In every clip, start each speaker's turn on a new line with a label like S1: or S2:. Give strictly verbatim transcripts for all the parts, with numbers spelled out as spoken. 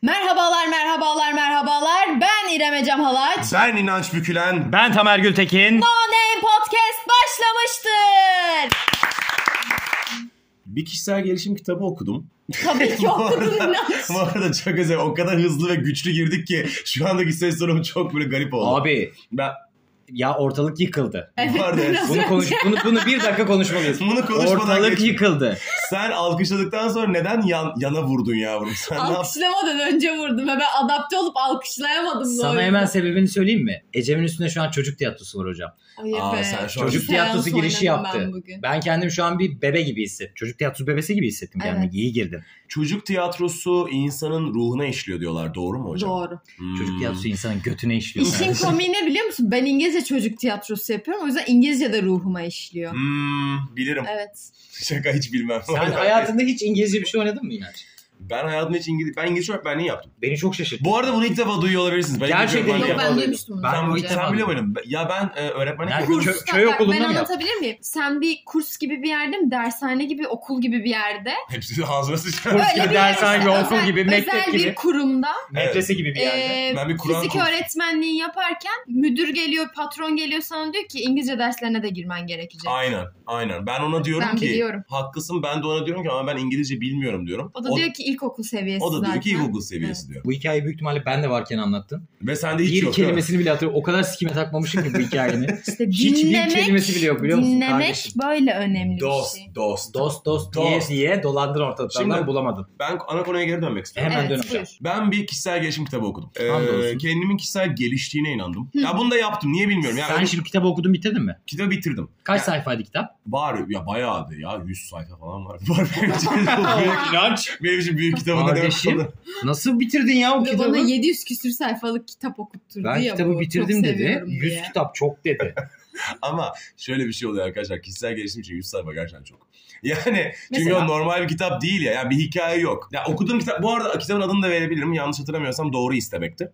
S1: Merhabalar, merhabalar, merhabalar. Ben İrem Ecem Halaç.
S2: Ben İnanç Bükülen.
S3: Ben Tamer Gültekin.
S1: No Name Podcast başlamıştır.
S2: Bir kişisel gelişim kitabı okudum.
S1: Tabii ki okudun İnanç.
S2: Bu arada çok güzel. O kadar hızlı ve güçlü girdik ki şu andaki ses tonum çok böyle garip oldu.
S3: Abi
S2: ben...
S3: ya ortalık yıkıldı.
S1: Evet,
S2: Bu arada
S3: bunu konuş bunu bunu bir dakika konuşmalıyız.
S2: Bunu konuşmadan
S3: ortalık
S2: geçme.
S3: yıkıldı.
S2: Sen alkışladıktan sonra neden yan, yana vurdun yavrum? Sen
S1: Alkışlamadan önce vurdum ve ben adapte olup alkışlayamadım.
S3: Sana hemen sebebini söyleyeyim mi? Ecem'in üstünde şu an çocuk tiyatrosu var hocam.
S1: Ay
S2: Aa,
S1: be.
S2: sen şu an-
S3: Çocuk tiyatrosu
S1: Seans
S3: girişi
S1: oynadım
S3: yaptı.
S1: Ben, bugün.
S3: ben kendimi şu an bir bebe gibi hissettim. Çocuk tiyatrosu bebesi gibi hissettim kendimi.
S1: Evet.
S3: İyi girdim.
S2: Çocuk tiyatrosu insanın ruhuna işliyor diyorlar. Doğru mu hocam?
S1: Doğru.
S2: Hmm.
S3: Çocuk tiyatrosu insanın götüne işliyor.
S1: İşin komiği ne biliyor musun? Ben İngilizce çocuk tiyatrosu yapıyorum. O yüzden İngilizce de ruhuma işliyor.
S2: Hmm, bilirim.
S1: Evet.
S2: Şaka hiç bilmem.
S3: Sen hayatında hiç İngilizce bir şey oynadın mı İnanç?
S2: Ben hayatımda hiç İngiliz... Ben İngilizce öğretmenliği yaptım.
S3: Beni çok şaşırttı.
S2: Bu arada bunu ilk defa duyuyor olabilirsiniz. Ben
S3: Gerçekten
S2: İngilizce
S1: Yok
S3: ilk
S2: öğretmenliği
S1: ben
S3: defa
S1: duymuştum bunu.
S3: Ben
S2: Sen,
S3: bu
S1: önce.
S3: ilk defa
S2: sen biliyor muydun? Ya ben e, öğretmenlik
S3: Yani
S2: yapıyorum.
S3: kö- köy okulunda
S1: ben
S3: mı yaptın?
S1: anlatabilir miyim? Sen bir kurs gibi bir yerde mi? Dershane gibi, okul gibi bir yerde.
S2: Hepsi de ağzına sıçrar.
S3: Kurs
S1: Öyle
S3: gibi,
S1: bir
S3: dershane gibi,
S1: özel-
S3: okul gibi, mektep
S1: özel
S3: gibi.
S1: bir kurumda
S3: Medrese gibi bir yerde.
S1: e,
S2: Ben bir Kur'an
S1: fizik
S2: kursu-
S1: öğretmenliği yaparken müdür geliyor, patron geliyor sana diyor ki İngilizce derslerine de girmen gerekecek.
S2: Aynen, aynen. Ben ona diyorum
S1: Ben
S2: ki
S1: biliyorum.
S2: haklısın, ben de ona diyorum ki ama ben İngilizce bilmiyorum diyorum.
S1: O da diyor ki ilkokul seviyesi
S2: o da
S1: zaten.
S2: diyor ki ilkokul seviyesi diyor.
S3: Bu hikayeyi büyük ihtimalle ben de varken anlattın.
S2: Ve sende hiç
S3: Bir
S2: yok. değil mi?
S3: kelimesini bile hatırlıyorum. O kadar sikime takmamışım ki bu hikayenin.
S1: İşte
S3: Hiçbir
S1: dinlemek,
S3: kelimesi bile yok biliyor musun
S1: dinlemek
S3: kardeşim?
S1: böyle önemli
S2: Dost,
S1: bir şey.
S2: dost.
S3: Dost dost diye
S2: Dost.
S3: diye dolandın ortalıklardan
S2: Şimdi-
S3: bulamadın.
S2: Ben ana konuya geri dönmek istiyorum.
S3: Hemen
S1: Evet,
S3: dön hocam.
S1: buyur.
S2: Ben bir kişisel gelişim kitabı okudum. Ee,
S3: Hamdolsun.
S2: kendimin kişisel geliştiğine inandım. Ya bunu da yaptım. Niye bilmiyorum. Ya
S3: Sen
S2: öyle-
S3: şimdi kitabı okudun bitirdin mi?
S2: kitabı bitirdim.
S3: Kaç
S2: Ya-
S3: sayfaydı kitap?
S2: Var ya bayağıdı ya. yüz sayfa falan var. Var benim için büyük,
S3: İnanç.
S2: benim için büyük kitabı da demek
S3: Kardeşim
S2: oldu.
S3: nasıl bitirdin ya o
S1: Ve
S3: kitabı?
S1: bana yedi yüz küsür sayfalık kitap okutturdu
S3: Ben
S1: ya
S3: kitabı
S1: bu.
S3: bitirdim
S1: Çok
S3: dedi.
S1: seviyorum
S3: yüz
S1: diye.
S3: kitap çok dedi.
S2: Ama şöyle bir şey oluyor arkadaşlar. Kişisel gelişim için yüz sayfa gerçekten çok. Yani çünkü
S1: Mesela?
S2: o normal bir kitap değil ya. Yani bir hikaye yok. Ya okuduğum kitap, bu arada kitabın adını da verebilirim. Yanlış hatırlamıyorsam Doğru İstemek'ti.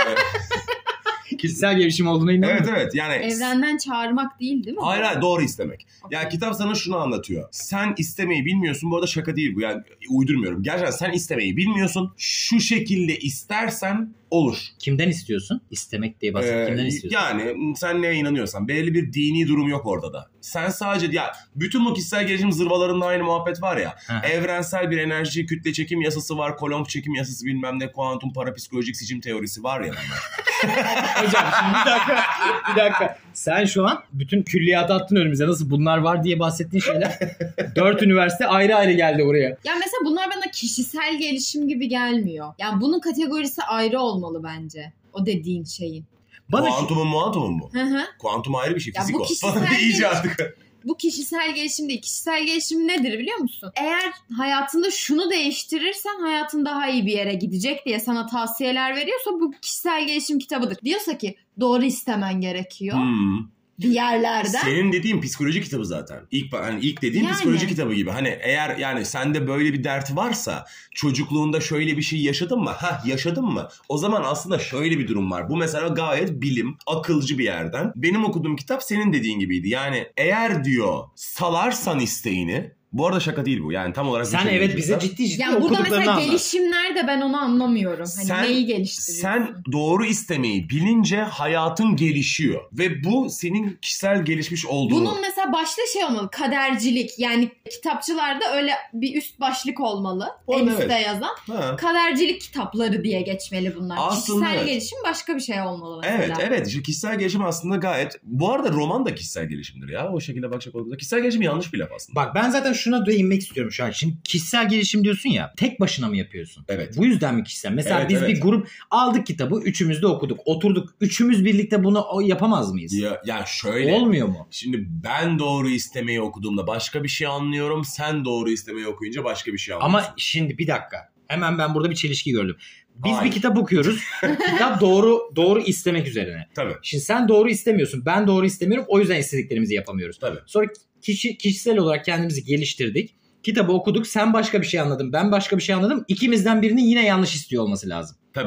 S2: Ee,
S3: Kişisel gelişim olduğuna inanıyorum.
S2: evet evet yani.
S1: Evrenden çağırmak değil değil mi?
S2: Hayır hayır Doğru İstemek.
S1: Okey.
S2: Yani kitap sana şunu anlatıyor. Sen istemeyi bilmiyorsun. Bu arada şaka değil bu. Yani uydurmuyorum. Gerçekten sen istemeyi bilmiyorsun. Şu şekilde istersen olur.
S3: Kimden istiyorsun? İstemek diye bahset.
S2: Ee,
S3: Kimden istiyorsun?
S2: Yani sen neye inanıyorsan. Belli bir dini durum yok orada da. Sen sadece ya bütün bu kişisel gelişim zırvalarında aynı muhabbet var ya.
S3: Ha.
S2: Evrensel bir enerji kütle çekim yasası var. Kolomb çekim yasası bilmem ne. Kuantum parapsikolojik sicim teorisi var ya bunlar.
S3: Hocam şimdi bir dakika. Bir dakika. Sen şu an bütün külliyatı attın önümüze. Nasıl bunlar var diye bahsettiğin şeyler. Dört üniversite ayrı ayrı geldi buraya.
S1: Ya mesela bunlar bana kişisel gelişim gibi gelmiyor. Yani bunun kategorisi ayrı olmalı bence. O dediğin şeyin.
S3: Bana şu-
S2: Kuantumun muantumun mu?
S1: Hı hı.
S2: Kuantum ayrı bir şey.
S1: Ya
S2: Fizik
S1: bu
S2: o.
S1: kişisel
S2: Bana iyice
S1: gelişim-
S2: artık.
S1: Bu kişisel gelişim değil. Kişisel gelişim nedir biliyor musun? Eğer hayatında şunu değiştirirsen hayatın daha iyi bir yere gidecek diye sana tavsiyeler veriyorsa bu kişisel gelişim kitabıdır. Diyorsa ki doğru istemen gerekiyor
S2: Hmm.
S1: bir yerlerden.
S2: Senin dediğin psikoloji kitabı zaten. İlk hani ilk dediğin
S1: Yani.
S2: psikoloji kitabı gibi. Hani eğer yani sende böyle bir dert varsa, çocukluğunda şöyle bir şey yaşadın mı? Hah yaşadın mı? O zaman aslında şöyle bir durum var. Bu mesela gayet bilim, akılcı bir yerden. Benim okuduğum kitap senin dediğin gibiydi. Yani eğer diyor salarsan isteğini, bu arada şaka değil bu. Yani tam olarak
S3: sen
S2: bir şey
S3: evet
S2: değil
S3: bize
S2: kitap.
S3: ciddi ciddi
S1: Yani burada
S3: okuduklarını
S1: mesela
S3: anlat.
S1: gelişimlerde ben onu anlamıyorum. Hani
S2: Sen-
S1: neyi geliştiriyorsun?
S2: Sen doğru istemeyi bilince hayatın gelişiyor. Ve bu senin kişisel gelişmiş olduğunu.
S1: Bunun mesela başlığı şey olmalı. Kadercilik. Yani kitapçılarda öyle bir üst başlık olmalı.
S2: O,
S1: En
S2: evet.
S1: üstte yazan.
S2: Ha.
S1: Kadercilik kitapları diye geçmeli bunlar.
S2: Aslında
S1: Kişisel
S2: evet.
S1: gelişim başka bir şey olmalı mesela.
S2: Evet evet işte kişisel gelişim aslında gayet, bu arada roman da kişisel gelişimdir ya, o şekilde bakacak olduğumuzda. Kişisel gelişim yanlış bir laf aslında.
S3: Bak ben zaten şuna değinmek istiyorum şu an. Şimdi kişisel gelişim diyorsun ya. Tek başına mı yapıyorsun?
S2: Evet.
S3: Bu yüzden mi kişisel? Mesela
S2: Evet,
S3: biz
S2: evet.
S3: bir grup aldık kitabı. Üçümüz de okuduk. Oturduk. Üçümüz birlikte bunu o- yapamaz mıyız?
S2: Ya, ya şöyle.
S3: Olmuyor mu?
S2: Şimdi ben doğru istemeyi okuduğumda başka bir şey anlıyorum. Sen doğru istemeyi okuyunca başka bir şey anlıyorsun.
S3: Ama şimdi bir dakika. Hemen ben burada bir çelişki gördüm. Biz
S2: Hayır.
S3: bir kitap okuyoruz. Kitap doğru doğru istemek üzerine.
S2: Tabii.
S3: Şimdi sen doğru istemiyorsun. Ben doğru istemiyorum. O yüzden istediklerimizi yapamıyoruz.
S2: Tabii.
S3: Sonra kişi kişisel olarak kendimizi geliştirdik. Kitabı okuduk. Sen başka bir şey anladın. Ben başka bir şey anladım. İkimizden birinin yine yanlış istiyor olması lazım.
S2: Tabii.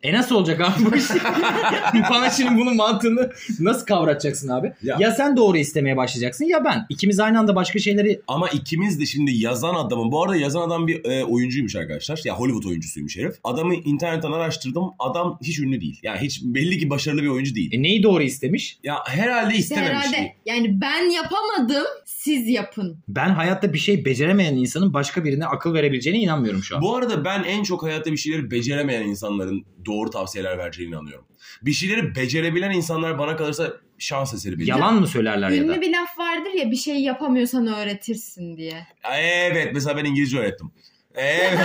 S3: E nasıl olacak abi bu iş? Bana şimdi bunun mantığını nasıl kavratacaksın abi? Ya. ya sen doğru istemeye başlayacaksın ya ben. İkimiz aynı anda başka şeyleri...
S2: Ama ikimiz de şimdi yazan adamın... Bu arada yazan adam bir e, oyuncuymuş arkadaşlar. Ya Hollywood oyuncusuymuş herif. Adamı internetten araştırdım. Adam hiç ünlü değil. Yani hiç belli ki başarılı bir oyuncu değil.
S3: E neyi doğru istemiş?
S2: Ya herhalde istememiş.
S1: İşte herhalde. Yani ben yapamadım, siz yapın.
S3: Ben hayatta bir şey beceremeyen insanın başka birine akıl verebileceğine inanmıyorum şu an.
S2: Bu arada ben en çok hayatta bir şeyleri beceremeyen insanların doğru tavsiyeler vereceğine inanıyorum. Bir şeyleri becerebilen insanlar bana kalırsa şans eseri bilir.
S3: Yalan mı söylerler ya da?
S1: Ünlü bir laf vardır ya, bir şey yapamıyorsan öğretirsin diye.
S2: Evet, mesela ben İngilizce öğrettim. Evet.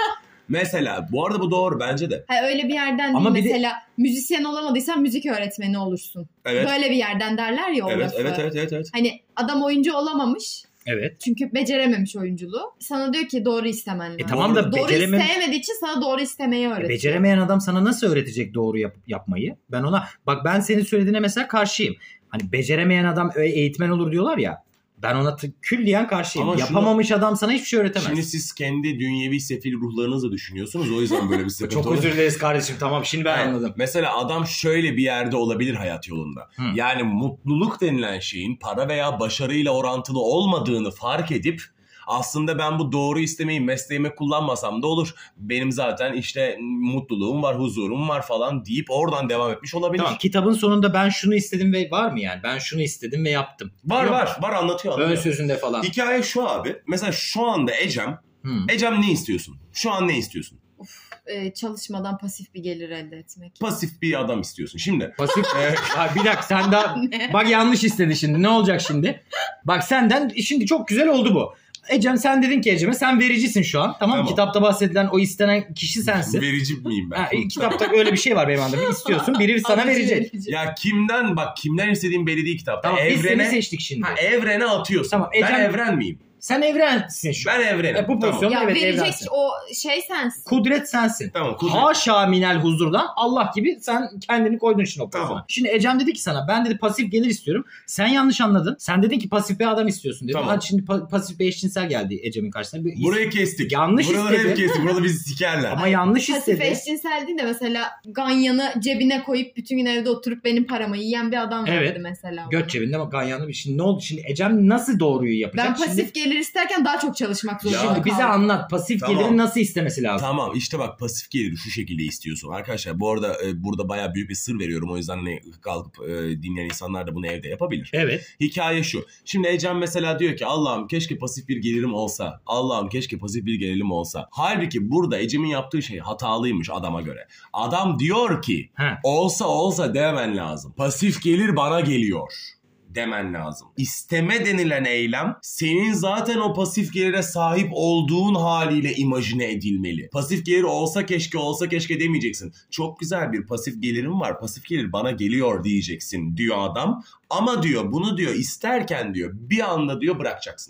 S2: Mesela bu arada bu doğru bence de.
S1: Ha, öyle bir yerden
S3: Ama
S1: değil
S3: bir
S1: mesela de... müzisyen olamadıysan müzik öğretmeni olursun.
S2: Evet.
S1: Böyle bir yerden derler ya o
S2: evet,
S1: lafı.
S2: Evet evet evet evet.
S1: Hani adam oyuncu olamamış.
S3: Evet.
S1: Çünkü becerememiş oyunculuğu. Sana diyor ki doğru istemen lazım.
S3: E tamam da
S1: doğru
S3: beceremem...
S1: isteyemediği için sana doğru istemeyi öğretiyor.
S3: E beceremeyen adam sana nasıl öğretecek doğru yap- yapmayı? Ben ona bak ben senin söylediğine mesela karşıyım. Hani beceremeyen adam eğitmen olur diyorlar ya. Ben ona t- külliyen karşıyım. Ama yapamamış şunu, adam sana hiçbir şey öğretemez.
S2: Şimdi siz kendi dünyevi sefil ruhlarınızla düşünüyorsunuz. O yüzden böyle bir sıkıntı
S3: Çok
S2: olur.
S3: özür dileriz kardeşim. Tamam şimdi ben
S2: yani,
S3: anladım.
S2: Mesela adam şöyle bir yerde olabilir hayat yolunda. Hı. Yani mutluluk denilen şeyin para veya başarıyla orantılı olmadığını fark edip aslında ben bu doğru istemeyi mesleğime kullanmasam da olur. Benim zaten işte mutluluğum var, huzurum var falan deyip oradan devam etmiş olabilir. Tamam,
S3: kitabın sonunda ben şunu istedim ve var mı yani? Ben şunu istedim ve yaptım.
S2: Var Yok. var var anlatıyor. anlatıyor.
S3: Ön sözünde falan.
S2: Hikaye şu abi. Mesela şu anda Ecem. Hmm. Ecem ne istiyorsun? Şu an ne istiyorsun?
S1: Uf, e, çalışmadan pasif bir gelir elde etmek.
S2: Pasif bir adam istiyorsun. Şimdi.
S3: Pasif. Bir dakika sen daha. Bak yanlış istedi şimdi. Ne olacak şimdi? Bak senden şimdi çok güzel oldu bu. Ecem sen dedin ki Ecem'e sen vericisin şu an. Tamam mı? Tamam. Kitapta bahsedilen o istenen kişi sensin.
S2: Verici miyim ben?
S3: Ha, kitapta öyle bir şey var benim anladığım. İstiyorsun biri sana verecek.
S2: Ya kimden bak kimden istediğim belli değil kitapta.
S3: Tamam
S2: evrene,
S3: biz seni seçtik şimdi.
S2: Ha, evrene atıyorsun. Tamam, Ecem, ben evren miyim?
S3: Sen evrensin şu an.
S2: Ben evrenim.
S3: E, bu pozisyonda
S1: tamam.
S3: evet
S1: ya verecek
S3: evrensin.
S1: o şey sensin.
S3: Kudret sensin.
S2: Tamam kudret.
S3: Haşa minel huzurdan Allah gibi sen kendini koydun şimdi o pozisyona. Tamam. Şimdi Ecem dedi ki sana ben dedi pasif gelir istiyorum. Sen yanlış anladın. Sen dedin ki pasif bir adam istiyorsun dedi.
S2: Tamam.
S3: Hadi şimdi pa- pasif bir eşcinsel geldi Ecem'in karşısına. Bir
S2: Burayı kestik.
S3: Yanlış
S2: Buraları
S3: istedi.
S2: hep kestik. Burada bizi sikerler.
S3: Ama yanlış
S1: pasif
S3: istedi.
S1: Pasif eşcinsel değil de mesela ganyanı cebine koyup bütün gün evde oturup benim paramı yiyen bir adam
S3: evet.
S1: vardı mesela.
S3: Göt cebinde ama ganyanı bir şey. Ne oldu şimdi Ecem nasıl doğruyu yapacak?
S1: Ben pasif
S3: şimdi...
S1: gelir isterken daha çok çalışmak zorunda.
S3: Şimdi bize anlat pasif tamam. Geliri nasıl istemesi lazım?
S2: Tamam işte bak pasif geliri şu şekilde istiyorsun. Arkadaşlar bu arada e, burada bayağı büyük bir sır veriyorum. O yüzden hani kalkıp e, dinleyen insanlar da bunu evde yapabilir.
S3: Evet.
S2: Hikaye şu. Şimdi Ecem mesela diyor ki Allah'ım keşke pasif bir gelirim olsa. Allah'ım keşke pasif bir gelirim olsa. Halbuki burada Ecem'in yaptığı şey hatalıymış adama göre. Adam diyor ki He. olsa olsa demen lazım. Pasif gelir bana geliyor demen lazım. İsteme denilen eylem senin zaten o pasif gelire sahip olduğun haliyle imajine edilmeli. Pasif gelir olsa keşke olsa keşke demeyeceksin. Çok güzel bir pasif gelirim var. Pasif gelir bana geliyor diyeceksin diyor adam. Ama diyor bunu diyor isterken diyor bir anda diyor bırakacaksın.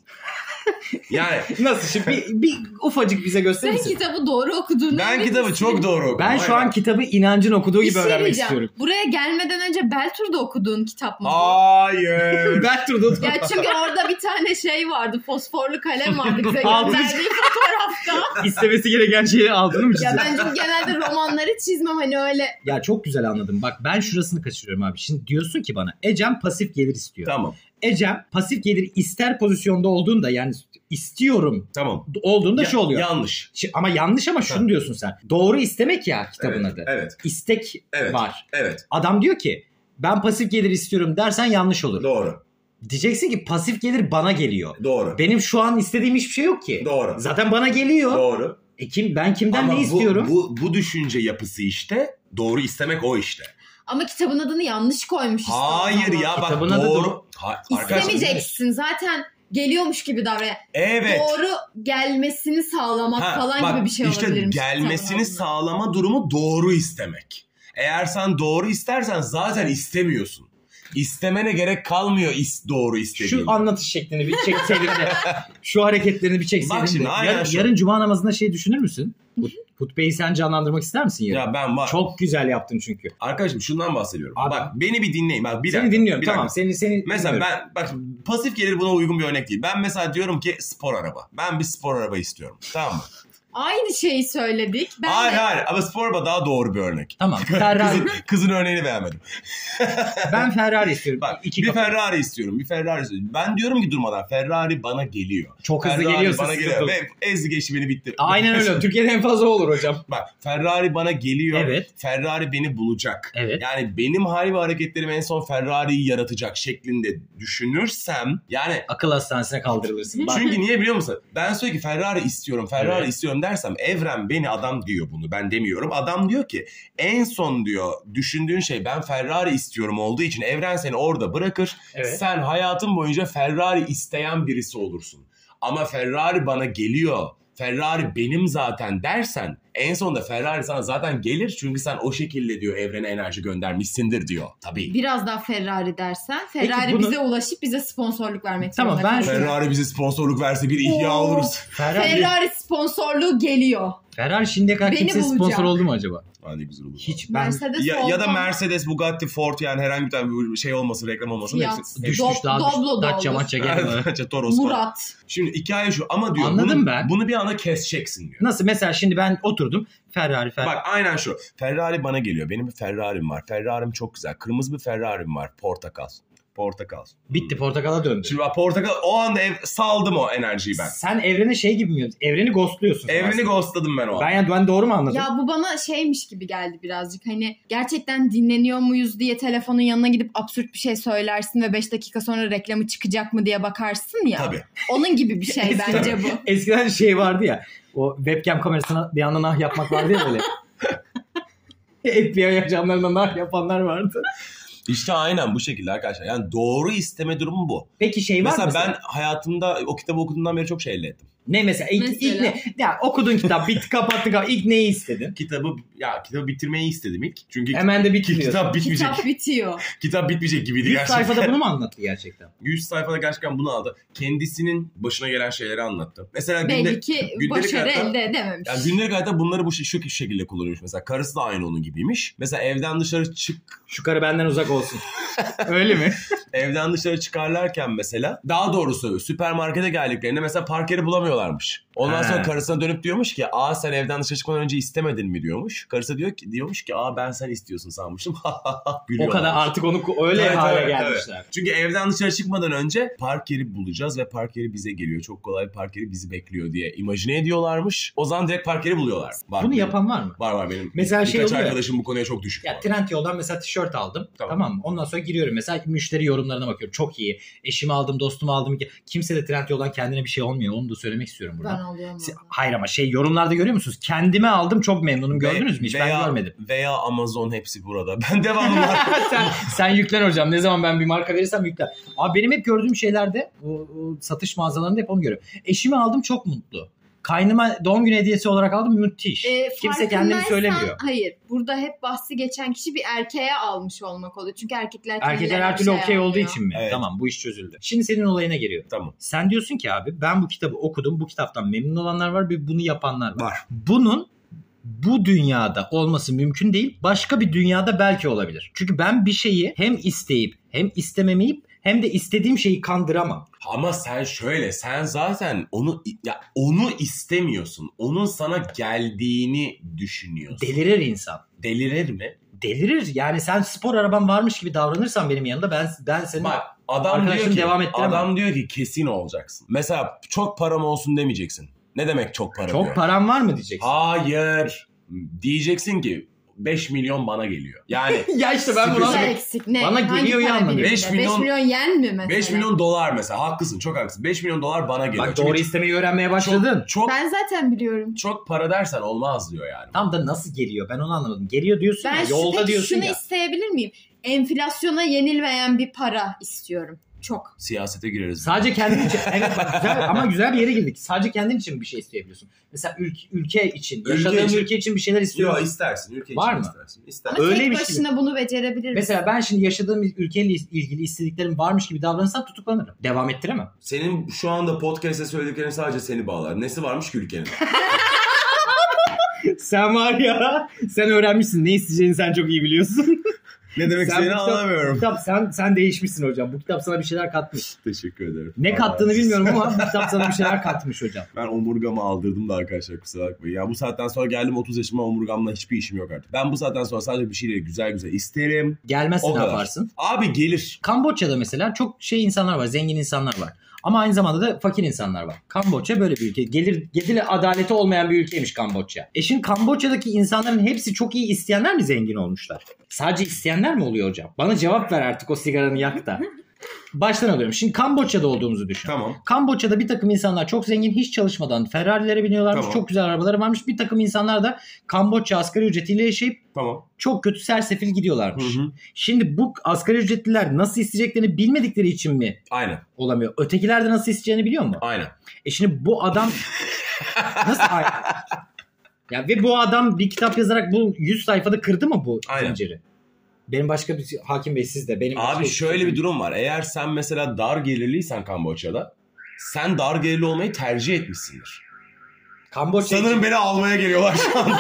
S2: Yani
S3: nasıl şimdi bir, bir ufacık bize gösterir misin?
S1: Sen kitabı doğru okuduğunu
S2: Ben kitabı misin? Çok doğru okudum.
S3: Ben şu an kitabı inancın okuduğu gibi
S1: şey
S3: öğrenmek
S1: diyeceğim.
S3: istiyorum.
S1: Buraya gelmeden önce Beltur'da okuduğun kitap mı?
S2: Hayır.
S3: Beltur'da okudum.
S1: Ya çünkü orada bir tane şey vardı. Fosforlu kalem vardı bize gönderdiği fotoğrafta.
S3: İstemesi gereken şeyi aldın mı çizdin?
S1: Ya ben çünkü genelde romanları çizmem hani öyle.
S3: Ya çok güzel anladım. Bak ben şurasını kaçırıyorum abi. Şimdi diyorsun ki bana Ecem pasif gelir istiyor.
S2: Tamam.
S3: Ecem pasif gelir ister pozisyonda olduğunda yani istiyorum
S2: tamam.
S3: olduğunda
S2: ya,
S3: şu oluyor.
S2: Yanlış.
S3: Ama yanlış ama şunu ha. diyorsun sen. Doğru istemek ya kitabın
S2: evet,
S3: adı.
S2: Evet.
S3: İstek
S2: evet,
S3: var.
S2: Evet.
S3: Adam diyor ki ben pasif gelir istiyorum dersen yanlış olur.
S2: Doğru.
S3: Diyeceksin ki pasif gelir bana geliyor.
S2: Doğru.
S3: Benim şu an istediğim hiçbir şey yok ki.
S2: Doğru.
S3: Zaten bana geliyor.
S2: Doğru.
S3: E kim ben kimden
S2: ama
S3: ne
S2: bu,
S3: istiyorum?
S2: Bu, bu düşünce yapısı işte doğru istemek o işte.
S1: Ama kitabın adını yanlış koymuş işte.
S2: Hayır ya bak
S3: kitabın
S2: doğru.
S3: Ha,
S1: İstemeyeceksin zaten geliyormuş gibi davran.
S2: Evet.
S1: Doğru gelmesini sağlamak ha, falan
S2: bak,
S1: gibi bir şey
S2: işte
S1: olabilir.
S2: İşte gelmesini sağlama durumu doğru istemek. Eğer sen doğru istersen zaten istemiyorsun. İstemene gerek kalmıyor is doğru istediğinde.
S3: Şu anlatış şeklini bir çekseydin de şu hareketlerini bir çekseydin
S2: bak şimdi,
S3: de.
S2: Aynen
S3: Yarın,
S2: şu.
S3: yarın cuma namazında şey düşünür müsün? Hutbeyi sen canlandırmak ister misin yarın?
S2: Ya ben var.
S3: Çok güzel yaptın çünkü.
S2: Arkadaşım şundan bahsediyorum.
S3: Abi,
S2: bak beni bir dinleyin. Bak bir
S3: seni
S2: dakika.
S3: dinliyorum
S2: bir
S3: tamam.
S2: Dakika.
S3: Seni seni
S2: mesela
S3: dinliyorum.
S2: ben bak pasif gelir buna uygun bir örnek değil. Ben mesela diyorum ki spor araba. Ben bir spor araba istiyorum. Tamam mı?
S1: Aynı şeyi söyledik. Ben
S2: hayır
S1: de...
S2: hayır ama spor araba daha doğru bir örnek.
S3: Tamam. Ferrari.
S2: Kızın, kızın örneğini beğenmedim.
S3: Ben Ferrari istiyorum.
S2: Bak
S3: İki
S2: bir
S3: kapı.
S2: Ferrari istiyorum. Bir Ferrari istiyorum. Ben diyorum ki durmadan Ferrari bana geliyor.
S3: Çok hızlı
S2: Ferrari
S3: geliyorsa
S2: bana geliyor.
S3: sıkıntı.
S2: Ve ezdi geçti beni bitti.
S3: Aynen öyle. Türkiye'de en fazla olur hocam.
S2: Bak Ferrari bana geliyor.
S3: Evet.
S2: Ferrari beni bulacak.
S3: Evet.
S2: Yani benim hal ve hareketlerim en son Ferrari'yi yaratacak şeklinde düşünürsem yani
S3: Akıl hastanesine kaldırılırsın. Bak.
S2: çünkü niye biliyor musun? Ben sürekli Ferrari istiyorum, Ferrari
S3: Evet.
S2: istiyorum dersem evren beni adam diyor bunu. Ben demiyorum. Adam diyor ki en son diyor düşündüğün şey ben Ferrari istiyorum olduğu için evren seni orada bırakır.
S3: Evet.
S2: Sen hayatın boyunca Ferrari isteyen birisi olursun. Ama Ferrari bana geliyor. Ferrari benim zaten dersen en sonunda Ferrari sana zaten gelir. Çünkü sen o şekilde diyor evrene enerji göndermişsindir diyor. Tabii.
S1: Biraz daha Ferrari dersen Ferrari
S3: bunu...
S1: bize ulaşıp bize sponsorluk vermek
S3: Tamam,
S1: zorunda
S3: ben-
S1: kalıyor.
S2: Ferrari bize sponsorluk verse bir ihya
S1: Oo.
S2: oluruz.
S3: Ferrari,
S1: Ferrari sponsorluğu geliyor.
S3: Ferrari şimdiye kadar
S1: Beni
S3: kimse
S1: bulacak.
S3: sponsor oldu mu acaba?
S2: Hadi güzel olur.
S3: Hiç ben
S1: Mercedes
S2: Ya, ya da
S1: oldu.
S2: Mercedes, Bugatti, Ford yani herhangi bir tane bir şey olmasın, reklam olmasın.
S1: Fiyat.
S2: Hepsi,
S3: düş
S1: Do-
S3: düş daha düş.
S1: Doblo da
S3: Dacia
S1: olur.
S3: maça gelme.
S2: hepsi. Toros falan.
S1: Murat.
S2: Şimdi hikaye şu ama diyor
S3: Anladım
S2: bunu,
S3: ben.
S2: bunu bir anda keseceksin diyor.
S3: Nasıl mesela şimdi ben oturdum Ferrari Ferrari.
S2: Bak aynen şu. Ferrari bana geliyor. Benim bir Ferrari'm var. Ferrari'm çok güzel. Kırmızı bir Ferrari'm var. Portakal. Portakal.
S3: Bitti portakala döndü.
S2: Şimdi bak portakal o anda ev, saldım o enerjiyi ben.
S3: Sen evrene şey gibi mi? Evreni ghostluyorsun.
S2: Evreni
S3: aslında.
S2: ghostladım ben o an.
S3: Ben ya ben doğru mu anladım?
S1: Ya bu bana şeymiş gibi geldi birazcık. Hani gerçekten dinleniyor muyuz diye telefonun yanına gidip absürt bir şey söylersin ve beş dakika sonra reklamı çıkacak mı diye bakarsın ya.
S2: Tabii.
S1: Onun gibi bir şey bence bu.
S3: Eskiden şey vardı ya. O webcam kamerasına bir yandan ah yapmak vardı ya böyle. F B I ajanlarından ah yapanlar vardı.
S2: İşte aynen bu şekilde arkadaşlar. Yani doğru isteme durumu bu.
S3: Peki şey var
S2: Mesela
S3: mı?
S2: ben hayatımda o kitabı okuduğumdan beri çok şey elde ettim.
S3: Ne mesela? İlk,
S1: Mesela?
S3: ilk ne? Ya okudun kitap, bitti kapattın kapat. İlk neyi istedin?
S2: Kitabı ya kitabı bitirmeyi istedim ilk. Çünkü
S3: Hemen de bitmiyor.
S2: kitap bitmeyecek.
S1: Kitap bitiyor.
S2: Kitap bitmeyecek gibiydi
S3: yüz
S2: gerçekten.
S3: sayfada bunu mu anlattı gerçekten?
S2: yüz sayfada gerçekten bunu aldı. Kendisinin başına gelen şeyleri anlattı. Mesela
S1: Belli
S2: günde,
S1: ki
S2: gündelik
S1: başarı
S2: hayatta-
S1: elde edememiş.
S2: yani gündelik hayatta bunları bu şu şekilde kullanıyormuş. Mesela karısı da aynı onun gibiymiş. Mesela evden dışarı çık
S3: Şu karı benden uzak olsun. Öyle mi?
S2: evden dışarı çıkarlarken mesela daha doğrusu süpermarkete geldiklerinde mesela park yeri bulamıyorlarmış. Ondan
S3: He.
S2: sonra karısına dönüp diyormuş ki aa sen evden dışarı çıkmadan önce istemedin mi diyormuş. Karısı diyor ki diyormuş ki aa ben sen istiyorsun sanmıştım.
S3: O
S2: Gülüyorlarmış.
S3: kadar artık onu öyle
S2: Tabii,
S3: hale
S2: tabii,
S3: gelmişler.
S2: tabii. Çünkü evden dışarı çıkmadan önce park yeri bulacağız ve park yeri bize geliyor. Çok kolay park yeri bizi bekliyor diye imajine ediyorlarmış. O zaman direkt park yeri buluyorlar. Var
S3: Bunu
S2: benim.
S3: yapan var mı?
S2: Var var benim.
S3: Mesela
S2: Birkaç
S3: şey oluyor.
S2: arkadaşım bu konuya çok düşük.
S3: Ya
S2: var.
S3: Trendyol'dan mesela tişört aldım. Tamam.
S2: Tamam.
S3: mı? Ondan sonra giriyorum mesela müşteri yorumlarına bakıyorum. Çok iyi. Eşimi aldım, dostumu aldım. Kimse de Trendyol'dan kendine bir şey olmuyor. Onu da söylemek istiyorum
S1: Ben
S3: buradan.
S1: alıyorum.
S3: Si-
S1: onu.
S3: Hayır ama şey yorumlarda görüyor musunuz? Kendime aldım çok memnunum. Gördünüz mü hiç?
S2: Veya,
S3: Ben görmedim.
S2: Veya Amazon hepsi burada. Ben devamlı var.
S3: sen, sen yüklen hocam. Ne zaman ben bir marka verirsem yüklen. Abi benim hep gördüğüm şeylerde o, o satış mağazalarında hep onu görüyorum. Eşimi aldım çok mutlu. Kaynıma doğum günü hediyesi olarak aldım müthiş.
S1: Ee,
S3: Kimse kendini
S1: farkındaysan-
S3: söylemiyor.
S1: Hayır. Burada hep bahsi geçen kişi bir erkeğe almış olmak oluyor. Çünkü erkekler
S3: Erkekler
S1: kendilerine
S3: her
S1: bir
S3: türlü
S1: şey
S3: okey olduğu
S1: almıyor.
S3: için mi?
S2: Evet.
S3: Tamam bu iş çözüldü. Şimdi senin olayına geliyor.
S2: Tamam.
S3: Sen diyorsun ki abi ben bu kitabı okudum. Bu kitaptan memnun olanlar var ve bunu yapanlar var.
S2: Var.
S3: Bunun bu dünyada olması mümkün değil. Başka bir dünyada belki olabilir. Çünkü ben bir şeyi hem isteyip hem istememeyip hem de istediğim şeyi kandıramam.
S2: Ama sen şöyle sen zaten onu ya onu istemiyorsun. Onun sana geldiğini düşünüyorsun.
S3: Delirir insan.
S2: Delirir mi?
S3: Delirir. Yani sen spor araban varmış gibi davranırsan benim yanımda ben ben senin
S2: Bak adam diyor
S3: arkadaşını
S2: ki
S3: devam ettiremem.
S2: adam diyor ki kesin olacaksın. Mesela çok param olsun demeyeceksin. Ne demek çok para
S3: çok
S2: diyor?
S3: param var mı diyeceksin.
S2: Hayır. Diyeceksin ki beş milyon bana geliyor. Yani
S3: Ya işte ben
S2: Sıkıntı
S3: bunu
S1: Ne
S2: yok.
S1: eksik ne?
S3: Bana
S1: Hangi
S3: geliyor ya
S1: para
S3: anlamıyorum.
S1: biriminde?
S2: beş milyon
S1: beş milyon yen mi mesela?
S2: beş milyon dolar mesela. Haklısın çok haklısın. beş milyon dolar bana geliyor.
S3: Bak
S2: Çünkü
S3: doğru istemeyi öğrenmeye başladın.
S2: Çok, çok,
S1: Ben zaten biliyorum.
S2: çok para dersen olmaz diyor yani.
S3: Tam da nasıl geliyor ben onu anlamadım. Geliyor diyorsun
S1: Ben
S3: ya
S1: şu,
S3: yolda
S1: peki
S3: diyorsun
S1: şunu
S3: ya.
S1: isteyebilir miyim? Enflasyona yenilmeyen bir para istiyorum. Çok.
S2: Siyasete gireriz.
S3: Sadece kendin için. Evet bak güzel ama güzel bir yere girdik. Sadece kendin için bir şey isteyebiliyorsun. Mesela ülke, ülke için,
S2: Ülke
S3: yaşadığın
S2: için.
S3: ülke için bir şeyler istiyorsun.
S2: Yok istersin. Ülke
S3: Var
S2: için
S3: mı?
S2: istersin. İster.
S1: Ama
S3: Öyleymiş
S1: tek başına bunu becerebilir misin?
S3: Mesela ben şimdi yaşadığım ülkeyle ilgili istediklerim varmış gibi davranırsam tutuklanırım. Devam ettiremem.
S2: Senin şu anda podcast'te söylediklerin sadece seni bağlar. Nesi varmış ki ülkenin?
S3: Sen var ya sen öğrenmişsin ne isteyeceğini sen çok iyi biliyorsun.
S2: Ne demek istediğini anlamıyorum.
S3: Kitap, sen, sen değişmişsin hocam. Bu kitap sana bir şeyler katmış.
S2: Teşekkür ederim.
S3: Ne
S2: Allah
S3: kattığını
S2: razı
S3: bilmiyorum ama bu kitap sana bir şeyler katmış hocam.
S2: Ben omurgamı aldırdım da arkadaşlar, kusura bakmayın. Ya bu saatten sonra geldim otuz yaşıma, omurgamla hiçbir işim yok artık. Ben bu saatten sonra sadece bir şeyleri güzel güzel isterim.
S3: Gelmezse
S2: O
S3: ne
S2: kadar.
S3: yaparsın?
S2: Abi gelir.
S3: Kamboçya'da mesela çok şey insanlar var. Zengin insanlar var. Ama aynı zamanda da fakir insanlar var. Kamboçya böyle bir ülke. Gelir, gelir adaleti olmayan bir ülkeymiş Kamboçya. E şimdi Kamboçya'daki insanların hepsi çok iyi isteyenler mi zengin olmuşlar? Sadece isteyenler mi oluyor hocam? Bana cevap ver artık, o sigaranı yak da. Baştan alıyorum. Şimdi Kamboçya'da olduğumuzu düşün.
S2: Tamam.
S3: Kamboçya'da bir takım insanlar çok zengin, hiç çalışmadan Ferrari'lere biniyorlarmış.
S2: Tamam.
S3: Çok güzel arabaları varmış. Bir takım insanlar da Kamboçya asgari ücretiyle yaşayıp
S2: Tamam.
S3: çok kötü sersefil gidiyorlarmış.
S2: Hı hı.
S3: Şimdi bu asgari ücretliler nasıl isteyeceklerini bilmedikleri için mi
S2: Aynen.
S3: olamıyor? Ötekiler de nasıl isteyeceğini biliyor mu?
S2: Aynen.
S3: E şimdi bu adam nasıl aynen? Ya ve bu adam bir kitap yazarak bu yüz sayfada kırdı mı bu
S2: Aynen.
S3: zinciri? Benim başka bir Hakim Bey, siz de benim
S2: Abi
S3: başka-
S2: şöyle bir durum var. Eğer sen mesela dar gelirliysen Kamboçya'da, sen dar gelirli olmayı tercih etmişsindir.
S3: Kamboçya
S2: Sanırım
S3: için,
S2: beni almaya geliyorlar şu an.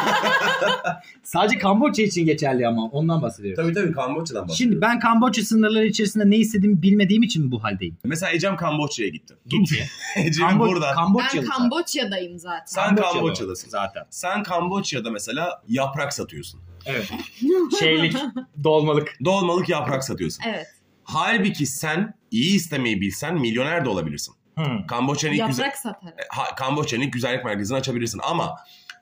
S3: sadece Kamboçya için geçerli ama ondan bahsediyorum.
S2: tabii tabii Kamboçya'dan bahsediyorum.
S3: Şimdi ben Kamboçya sınırları içerisinde ne istediğimi bilmediğim için mi bu haldeyim?
S2: Mesela Ecem Kamboçya'ya gitti. Gitti. Ecem
S3: Kambo-
S2: burada.
S1: Ben
S3: Kamboçyalı zaten.
S1: Kamboçya'dayım zaten.
S2: Sen
S3: Kamboçyalı
S2: Kamboçya'dasın.
S3: zaten.
S2: Sen Kamboçya'da mesela yaprak satıyorsun.
S3: Evet. Şeylik, dolmalık.
S2: Dolmalık yaprak satıyorsun.
S1: Evet.
S2: Halbuki sen iyi istemeyi bilsen milyoner de olabilirsin.
S3: Hmm.
S2: Kamboçya'nın ilk, güzel...
S1: Yaprak satarım.
S2: ha, Kamboçya'nın ilk güzellik merkezini açabilirsin ama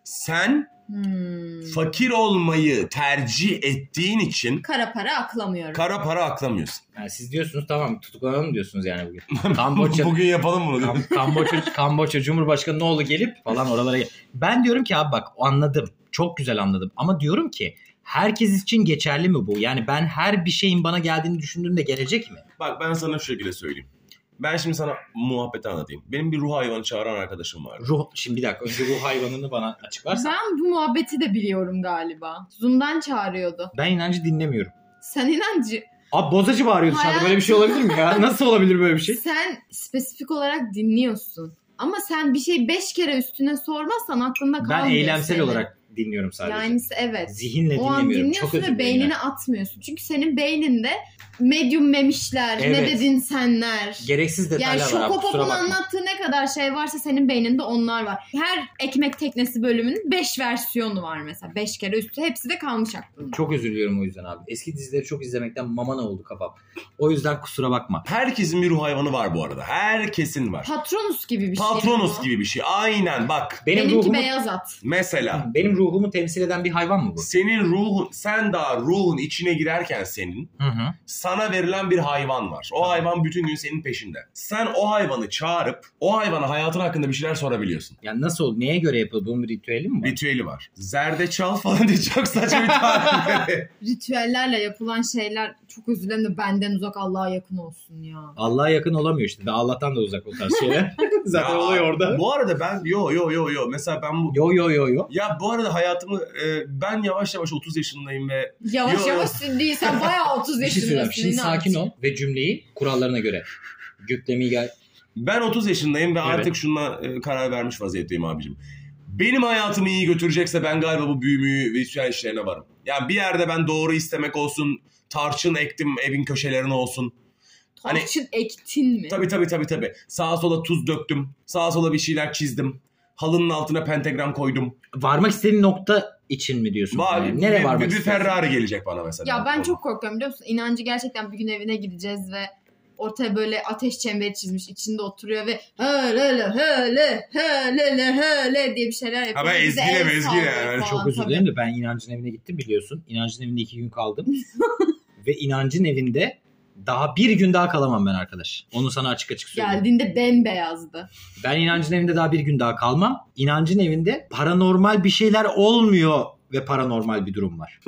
S2: sen
S1: Hmm.
S2: fakir olmayı tercih ettiğin için
S1: Kara para aklamıyorum.
S2: kara para aklamıyorsun.
S3: Yani siz diyorsunuz tamam tutuklanalım diyorsunuz yani bugün. Kamboçya,
S2: Bugün yapalım bunu.
S3: Kam- Kamboçya, Kamboçya Cumhurbaşkanı ne oldu gelip falan oralara gel. Ben diyorum ki abi bak anladım. Çok güzel anladım. Ama diyorum ki herkes için geçerli mi bu? Yani ben her bir şeyin bana geldiğini düşündüğümde gelecek mi?
S2: Bak ben sana şu şekilde söyleyeyim. Ben şimdi sana muhabbeti anlatayım. Benim bir ruh hayvanı çağıran arkadaşım vardı.
S3: Ruh, şimdi bir dakika önce ruh hayvanını bana açıklarsan.
S1: Ben bu muhabbeti de biliyorum galiba. Zoom'dan çağırıyordu.
S3: Ben inancı dinlemiyorum.
S1: Sen inancı.
S3: Abi bozacı bağırıyordu dışarıda, böyle bir şey olabilir mi ya? Nasıl olabilir böyle bir şey?
S1: Sen spesifik olarak dinliyorsun. Ama sen bir şey beş kere üstüne sormazsan aklında kalmıyor.
S3: Ben eylemsel
S1: senin.
S3: olarak dinliyorum sadece.
S1: Yani evet.
S3: Zihinle
S1: O an
S3: dinlemiyorum. Çok
S1: dinliyorsun
S3: özür
S1: ve
S3: dilerim.
S1: beynine
S3: yani.
S1: atmıyorsun. Çünkü senin beyninde medyum memişler, ne
S3: Evet.
S1: dedin senler.
S3: Gereksiz
S1: Yani
S3: detaylar var abi, kusura
S1: Şokopop'un
S3: bakma.
S1: anlattığı ne kadar şey varsa senin beyninde onlar var. Her ekmek teknesi bölümünün beş versiyonu var mesela. beş kere üstü. Hepsi de kalmış aklımda.
S3: Çok özür diliyorum o yüzden abi. Eski dizileri çok izlemekten mamana oldu kafam. O yüzden kusura bakma.
S2: Herkesin bir ruh hayvanı var bu arada. Herkesin var.
S1: Patronus gibi bir şey.
S2: Patronus
S1: bu.
S2: gibi bir şey. Aynen bak.
S3: Benim
S1: Benimki
S3: ruhumu,
S1: beyaz at.
S2: Mesela
S3: benim ruhumu temsil eden bir hayvan mı bu?
S2: senin ruhun, sen daha ruhun içine girerken senin
S3: Hı hı.
S2: sana verilen bir hayvan var. O hayvan bütün gün senin peşinde. Sen o hayvanı çağırıp o hayvana hayatın hakkında bir şeyler sorabiliyorsun.
S3: Yani nasıl oldu? Neye göre yapıldı? Bunun bir ritüeli mi var?
S2: Ritüeli var. Zerdeçal falan diye çok saçma bir tarif.
S1: Ritüellerle yapılan şeyler çok özür dilerim de benden uzak Allah'a yakın olsun ya.
S3: Allah'a yakın olamıyor işte. Ve Allah'tan da uzak o tarz şeyler. Zaten
S2: Ya,
S3: olay orada.
S2: Bu arada ben yo yo yo yo mesela ben bu
S3: Yo yo yo yo.
S2: ya bu arada hayatımı e, ben yavaş yavaş otuz yaşındayım ve
S1: Yavaş
S2: Yo,
S1: yavaş değil sen bayağı otuz
S3: Bir şey söyleyeyim.
S1: yaşındasın.
S3: Şimdi
S1: inan.
S3: sakin ol ve cümleyi kurallarına göre. Yüklemi gel.
S2: ben otuz yaşındayım ve
S3: Evet.
S2: artık şuna e, karar vermiş vaziyetteyim abicim. Benim hayatımı iyi götürecekse ben galiba bu büyümüyü ve ritüel işlerine varım. Yani bir yerde ben doğru istemek olsun, tarçın ektim evin köşelerine olsun. Hani-
S1: Tarçın ektin mi?
S2: Tabii tabii tabii tabii. Sağa sola tuz döktüm. Sağa sola bir şeyler çizdim. Halının altına pentagram koydum.
S3: Varmak istediğin nokta için mi diyorsun?
S2: Var,
S3: Yani nereye
S2: bir,
S3: varmak
S2: bir, bir
S3: istiyorsun?
S2: Ferrari gelecek bana mesela.
S1: Ya ben çok korkuyorum biliyor musun? İnancı gerçekten bir gün evine gideceğiz ve ortaya böyle ateş çemberi çizmiş, içinde oturuyor ve höle höle höle höle diye bir şeyler yapıyor.
S2: Ha ben
S1: Bize
S2: ezgile
S1: el
S2: mezgile
S1: sallıyor
S2: yani.
S1: falan,
S3: Çok özür
S1: tabii.
S3: dilerim de ben inancın evine gittim biliyorsun. İnancın evinde iki gün kaldım. Ve inancın evinde daha bir gün daha kalamam ben arkadaş. Onu sana açık açık söyleyeyim.
S1: Geldiğinde bembeyazdı.
S3: Ben inancın evinde daha bir gün daha kalmam. İnancın evinde paranormal bir şeyler olmuyor ve paranormal bir durum var.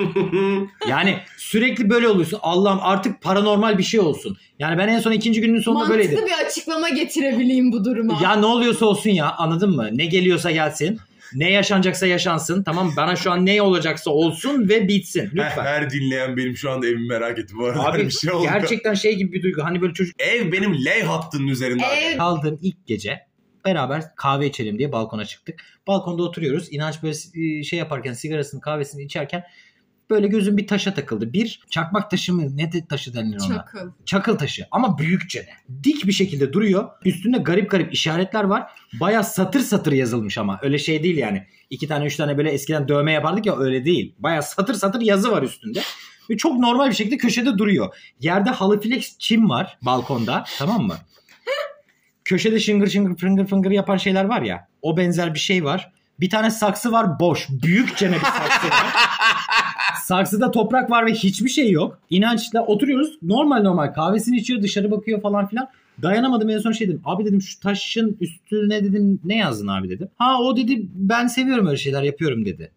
S3: Yani sürekli böyle oluyorsun. Allah'ım artık paranormal bir şey olsun. Yani ben en son ikinci günün sonunda
S1: Mantıklı
S3: böyleydim.
S1: bir açıklama getirebileyim bu duruma.
S3: Ya ne oluyorsa olsun ya, anladın mı? Ne geliyorsa gelsin. Ne yaşanacaksa yaşansın. Tamam mı? Bana şu an ne olacaksa olsun ve bitsin.
S2: Her,
S3: Lütfen.
S2: her dinleyen benim şu anda evimi merak etti. Bu arada
S3: Abi
S2: bir şey oldu.
S3: gerçekten şey gibi bir duygu. Hani böyle çocuk
S2: Ev benim L hattının üzerinde.
S1: Ev-
S3: kaldığım ilk gece beraber kahve içelim diye balkona çıktık. Balkonda oturuyoruz. İnanç böyle şey yaparken, sigarasını kahvesini içerken böyle gözüm bir taşa takıldı. Bir çakmak taşı mı ne de taşı denilir ona?
S1: Çakıl.
S3: Çakıl taşı ama büyükçe de. Dik bir şekilde duruyor. Üstünde garip garip işaretler var. Baya satır satır yazılmış ama. Öyle şey değil yani. İki tane üç tane böyle eskiden dövme yapardık ya, öyle değil. Baya satır satır yazı var üstünde. Ve çok normal bir şekilde köşede duruyor. Yerde halıflex çim var balkonda, tamam mı? Köşede şıngır şıngır fıngır fıngır yapan şeyler var ya. O benzer bir şey var. Bir tane saksı var boş. Büyükçe bir saksı var. Saksıda toprak var ve hiçbir şey yok. İnançla oturuyoruz. Normal normal kahvesini içiyor, dışarı bakıyor falan filan. Dayanamadım, en son şey dedim. Abi dedim şu taşın üstüne dedim ne yazdın abi dedim. Ha o dedi ben seviyorum öyle şeyler yapıyorum dedi.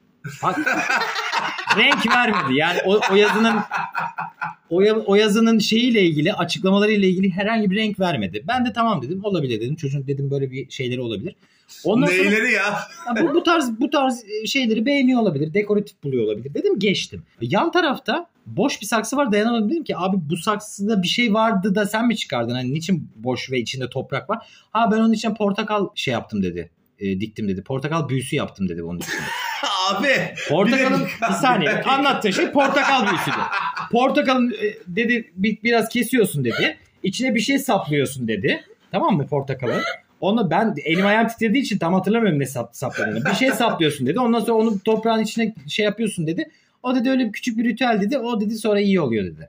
S3: Renk vermedi. Yani o, o yazının o, o yazının şeyiyle ilgili, açıklamalarıyla ilgili herhangi bir renk vermedi. Ben de tamam dedim. Olabilir dedim. Çocuğun dedim böyle bir şeyleri olabilir. Ondan
S2: Neyleri
S3: sonra,
S2: ya?
S3: ya bu, bu tarz bu tarz şeyleri beğeniyor olabilir. Dekoratif buluyor olabilir. Dedim geçtim. Yan tarafta boş bir saksı var, dayanamadım. Dedim ki abi bu saksıda bir şey vardı da sen mi çıkardın? Hani niçin boş ve içinde toprak var? Ha ben onun için portakal şey yaptım dedi. E, diktim dedi. Portakal büyüsü yaptım dedi onun için.
S2: Abi.
S3: Portakalın
S2: bir,
S3: bir saniye anlattığın şey portakal büyüsü dedi. Portakalın e, dedi bir, biraz kesiyorsun dedi. İçine bir şey saplıyorsun dedi. Tamam mı portakalı? Onu ben elim ayağım titrediği için tam hatırlamıyorum ne sap, sapladığını. Bir şey saplıyorsun dedi. Ondan sonra onu toprağın içine şey yapıyorsun dedi. O dedi öyle bir küçük bir ritüel dedi. O dedi sonra iyi oluyor dedi.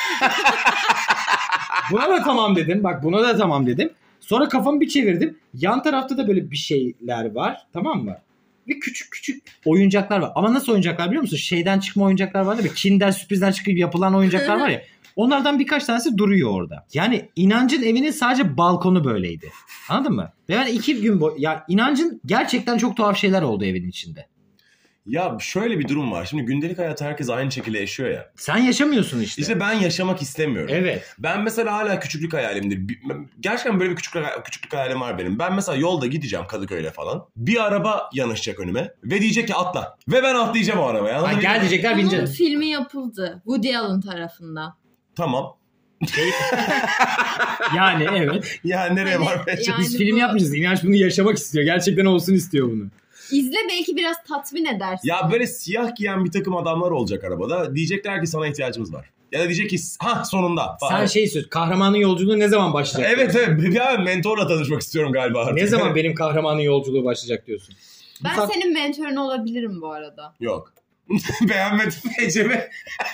S3: Buna da tamam dedim. Bak buna da tamam dedim. Sonra kafamı bir çevirdim. Yan tarafta da böyle bir şeyler var. Tamam mı? Ve küçük küçük oyuncaklar var. Ama nasıl oyuncaklar biliyor musun? Şeyden çıkma oyuncaklar var değil mi? Kinder sürprizden çıkıp yapılan oyuncaklar var ya. Onlardan birkaç tanesi duruyor orada. Yani inancın evinin sadece balkonu böyleydi. Anladın mı? Ve ben iki gün boy... Ya inancın gerçekten çok tuhaf şeyler oldu evin içinde.
S2: Ya şöyle bir durum var. Şimdi gündelik hayat herkes aynı şekilde yaşıyor ya.
S3: Sen yaşamıyorsun işte.
S2: İşte ben yaşamak istemiyorum.
S3: Evet.
S2: Ben mesela hala küçüklük hayalimdir. Gerçekten böyle bir küçüklük, küçüklük hayalim var benim. Ben mesela yolda gideceğim Kadıköy'le falan. Bir araba yanaşacak önüme ve diyecek ki atla. Ve ben atlayacağım o arabaya.
S3: Ha, gel diyecekler bineceğim.
S1: Bunun filmi yapıldı. Woody Allen tarafından.
S2: Tamam.
S3: Yani evet.
S2: Yani nereye
S1: Hani,
S2: var?
S1: yani
S3: Biz film
S1: bu...
S3: yapmayacağız. İnanç bunu yaşamak istiyor. Gerçekten olsun istiyor bunu.
S1: İzle belki biraz tatmin edersin.
S2: Ya böyle siyah giyen bir takım adamlar olacak arabada. Diyecekler ki sana ihtiyacımız var. Ya da diyecek ki ha sonunda. Falan.
S3: Sen şey söyle. Kahramanın yolculuğu ne zaman başlayacak?
S2: Evet evet. Ya mentorla tanışmak istiyorum galiba artık.
S3: Ne zaman benim kahramanın yolculuğu başlayacak diyorsun?
S1: Ben
S3: Ufak...
S1: senin mentorun olabilirim bu arada.
S2: Yok. Beğenmedim Ecem'i.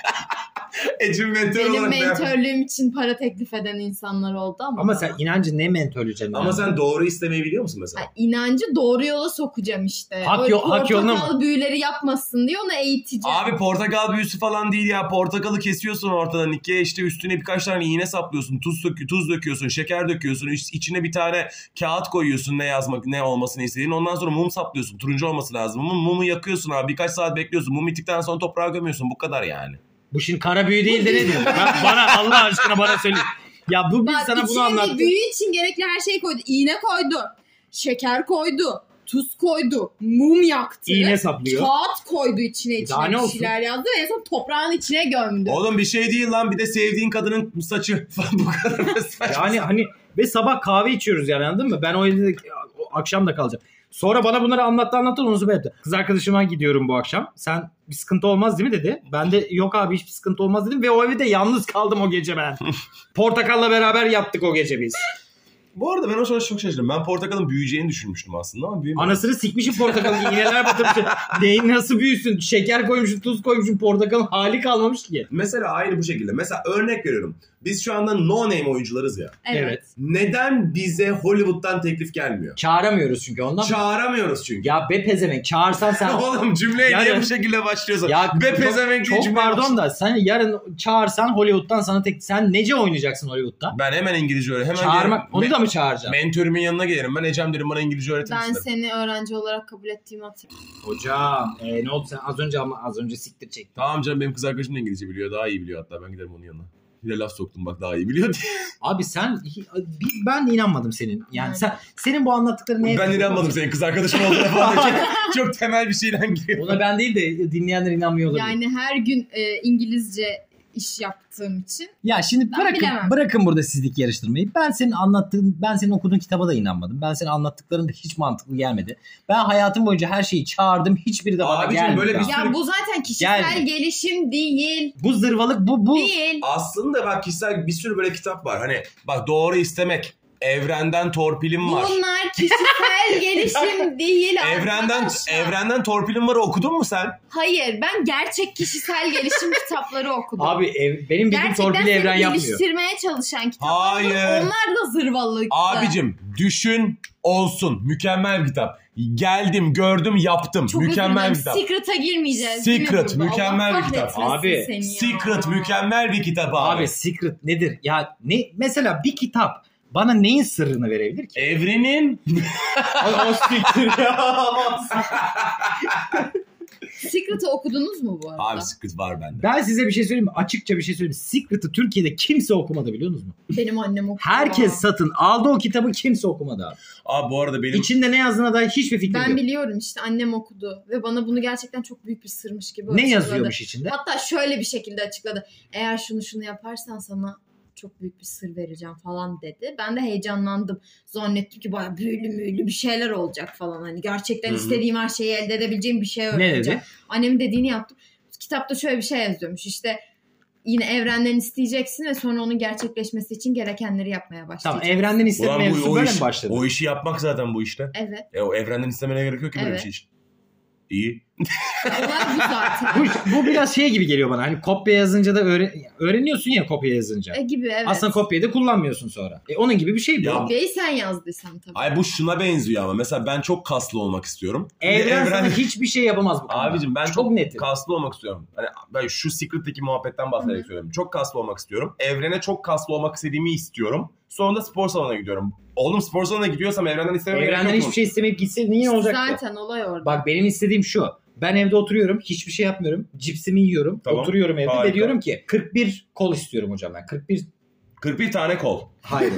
S2: Ecem mentor
S1: Benim
S2: olarak
S1: mentörlüğüm
S2: beğenmedim.
S1: için para teklif eden insanlar oldu ama.
S3: Ama sen inancı ne mentörleyeceksin?
S2: Ama sen doğru istemeyi biliyor musun mesela?
S1: Ha, inancı doğru yola sokacağım işte.
S3: Hak, yo- hak yoluna mı?
S1: Portakal büyüleri yapmasın diye onu eğiteceğim.
S2: Abi portakal büyüsü falan değil ya. Portakalı kesiyorsun ortadan ikiye, işte üstüne birkaç tane iğne saplıyorsun. Tuz, dök- tuz döküyorsun, şeker döküyorsun. İçine bir tane kağıt koyuyorsun ne yazmak, ne olmasını istediğin. Ondan sonra mum saplıyorsun. Turuncu olması lazım. Mum, mumu yakıyorsun abi. Birkaç saat bekliyorsun. Mum bittikten sonra toprağa gömüyorsun. Bu kadar yani.
S3: Bu şimdi kara büyü değil de ne diyor? Ben, bana Allah aşkına bana söyle. Ya bu biz
S1: Bak,
S3: sana bunu anlattı.
S1: İçine büyü için gerekli her şeyi koydu. İğne koydu. Şeker koydu. Tuz koydu. Mum yaktı.
S3: İğne saplıyor.
S1: Kağıt koydu içine
S3: Daha
S1: içine
S3: ne
S1: bir şeyler yazdı ve en son toprağın içine gömdü.
S2: Oğlum bir şey değil lan. Bir de sevdiğin kadının saçı falan bu kadar.
S3: Yani hani ve sabah kahve içiyoruz yani, anladın mı? Ben o evde o akşam da kalacağım. Sonra bana bunları anlattı anlattı onu sonra yaptı. Kız arkadaşıma gidiyorum bu akşam. Sen bir sıkıntı olmaz değil mi dedi. Ben de yok abi hiçbir sıkıntı olmaz dedim. Ve o evde yalnız kaldım o gece ben. Portakal'la beraber yattık o gece biz.
S2: Bu arada ben o sırada çok şaşırdım. Ben portakalın büyüyeceğini düşünmüştüm aslında ama büyümedi.
S3: Anasını sikmişim portakalın, iğneler batırmışım. Neyin nasıl büyüsün? Şeker koymuşum, tuz koymuşum, portakalın hali kalmamış ki.
S2: Mesela aynı bu şekilde. Mesela örnek veriyorum. Biz şu anda no name oyuncularız ya.
S1: Evet.
S3: Evet.
S2: Neden bize Hollywood'dan teklif gelmiyor?
S3: Çağıramıyoruz çünkü ondan.
S2: Çağıramıyoruz çünkü.
S3: Ya be pezevenk çağırsan sen...
S2: Oğlum cümleye
S3: Yani-
S2: niye bu şekilde başlıyorsun?
S3: Ya
S2: Be
S3: çok-
S2: pezevenk diye
S3: Çok
S2: cümleye
S3: pardon
S2: başlıyorsun.
S3: da sen yarın çağırsan Hollywood'dan sana tek... Sen nece oynayacaksın Hollywood'da?
S2: Ben hemen İngilizce öğrenirim. Hemen
S3: Çağırmak,
S2: gelirim.
S3: onu
S2: Me-
S3: da mı çağıracaksın?
S2: Mentörümün yanına gelirim. Ben Ecem derim bana İngilizce öğretir
S1: Ben
S2: misin?
S1: seni öğrenci olarak kabul ettiğimi hatırlıyorum.
S3: Hocam e, ne oldu sen az önce ama az önce siktir çektin.
S2: Tamam canım benim kız arkadaşım da İngilizce biliyor. Daha iyi biliyor hatta. Ben giderim onun yanına. Bir de laf soktum bak daha iyi biliyor diye.
S3: Abi sen ben inanmadım senin. Yani sen senin bu anlattıkların neye...
S2: Ben inanmadım senin kız arkadaşım olduğuna falan. çok, çok temel bir şeyden giriyor.
S3: Ona ben değil de dinleyenler inanmıyor olabilir.
S1: Yani her gün e, İngilizce iş yaptığım için.
S3: Ya şimdi
S1: Ben
S3: bırakın
S1: bilemem.
S3: bırakın burada sizlik yarıştırmayı. Ben senin anlattığın, ben senin okuduğun kitaba da inanmadım. Ben senin anlattıkların da hiç mantıklı gelmedi. Ben hayatım boyunca her şeyi çağırdım. Hiçbiri de bana
S2: Abicim,
S3: gelmedi.
S2: böyle bir
S3: abi.
S1: Ya bu zaten kişisel
S3: Geldi.
S1: gelişim değil.
S3: Bu zırvalık bu bu.
S1: Değil.
S2: Aslında bak kişisel bir sürü böyle kitap var. Hani bak doğru istemek. Evrenden torpilim var.
S1: Bunlar kişisel gelişim değil
S2: Evrenden
S1: arkadaşlar.
S2: evrenden torpilim var okudun mu sen?
S1: Hayır, ben gerçek kişisel gelişim kitapları okudum.
S3: Abi ev, benim bildiğim
S1: Gerçekten
S3: torpili evren
S1: seni
S3: yapmıyor.
S1: geliştirmeye çalışan kitaplar.
S2: Hayır.
S1: Onlar da zırvalıktı.
S2: Abicim düşün olsun. Mükemmel bir kitap. Geldim, gördüm, yaptım.
S1: Çok
S2: mükemmel bir
S1: üzüldüm.
S2: kitap.
S1: Secret'a girmeyeceğiz. değil mi
S2: Secret,
S1: burada?
S2: mükemmel
S1: Allah
S2: bir kitap.
S1: kahretmesin
S3: Abi,
S1: seni ya.
S2: Secret mükemmel bir kitap abi.
S3: Abi Secret nedir? Ya ne mesela bir kitap bana neyin sırrını verebilir ki?
S2: Evrenin
S3: o siktir ya.
S1: Secret'ı okudunuz mu bu arada?
S2: Abi Secret var bende.
S3: Ben size bir şey söyleyeyim mi? Açıkça bir şey söyleyeyim. Secret'ı Türkiye'de kimse okumadı biliyor musunuz?
S1: Benim annem okudu.
S3: Herkes satın aldı o kitabı, kimse okumadı abi.
S2: Abi bu arada benim
S3: İçinde ne yazdığına dair hiçbir fikrim
S1: Ben
S3: yok.
S1: biliyorum işte, annem okudu ve bana bunu gerçekten çok büyük bir sırmış gibi
S3: Ne
S1: açıkladı.
S3: yazıyormuş içinde?
S1: Hatta şöyle bir şekilde açıkladı. Eğer şunu şunu yaparsan sana çok büyük bir sır vereceğim falan dedi. Ben de heyecanlandım. Zannettim ki bayağı büyülü müylü bir şeyler olacak falan. Hani gerçekten
S2: Hı hı.
S1: istediğim her şeyi elde edebileceğim bir şey
S3: Ne
S1: öğreneceğim.
S3: dedi?
S1: Annemin dediğini yaptım. Kitapta şöyle bir şey yazıyormuş. İşte yine evrenden isteyeceksin ve sonra onun gerçekleşmesi için gerekenleri yapmaya
S3: Tamam,
S1: başlayacaksın.
S3: evrenden isteme
S2: Ulan bu,
S3: mevzusu
S2: o,
S3: böyle
S2: iş,
S3: mi başladı?
S2: o işi yapmak zaten bu işte.
S1: Evet.
S2: E, o evrenden istemene gerek yok ki böyle
S1: Evet.
S2: bir şey için. İyi.
S1: Olay bu zaten.
S3: bu, bu biraz şey gibi geliyor bana. Hani kopya yazınca da öğren- öğreniyorsun ya kopya yazınca.
S1: E gibi evet.
S3: Aslında kopyayı da kullanmıyorsun sonra. E, onun gibi bir şey bu.
S2: Ya,
S1: Kopyayı sen yazdıysan tabii.
S2: Ay bu şuna benziyor ama. Mesela ben çok kaslı olmak istiyorum.
S3: Evren,
S2: Evren-
S3: sana hiçbir şey yapamaz bu konuda.
S2: Abicim ben
S3: çok,
S2: çok,
S3: netim.
S2: kaslı olmak istiyorum. Hani ben şu Secret'teki muhabbetten bahsederek
S1: Hı hı.
S2: söylüyorum. Çok kaslı olmak istiyorum. Evrene çok kaslı olmak istediğimi istiyorum. Sonra da spor salonuna gidiyorum. Oğlum spor salonuna gidiyorsam evrenden istememe gerek
S3: Evrenden
S2: yok
S3: hiçbir
S2: mu?
S3: şey istemeyip gitse niye olacaktı?
S1: Zaten olay orada.
S3: Bak benim istediğim şu. Ben evde oturuyorum. Hiçbir şey yapmıyorum. Cipsimi yiyorum.
S2: Tamam,
S3: Oturuyorum evde
S2: harika.
S3: ve diyorum ki kırk bir kol istiyorum hocam ben. kırk bir
S2: kırk bir tane kol.
S3: hayır.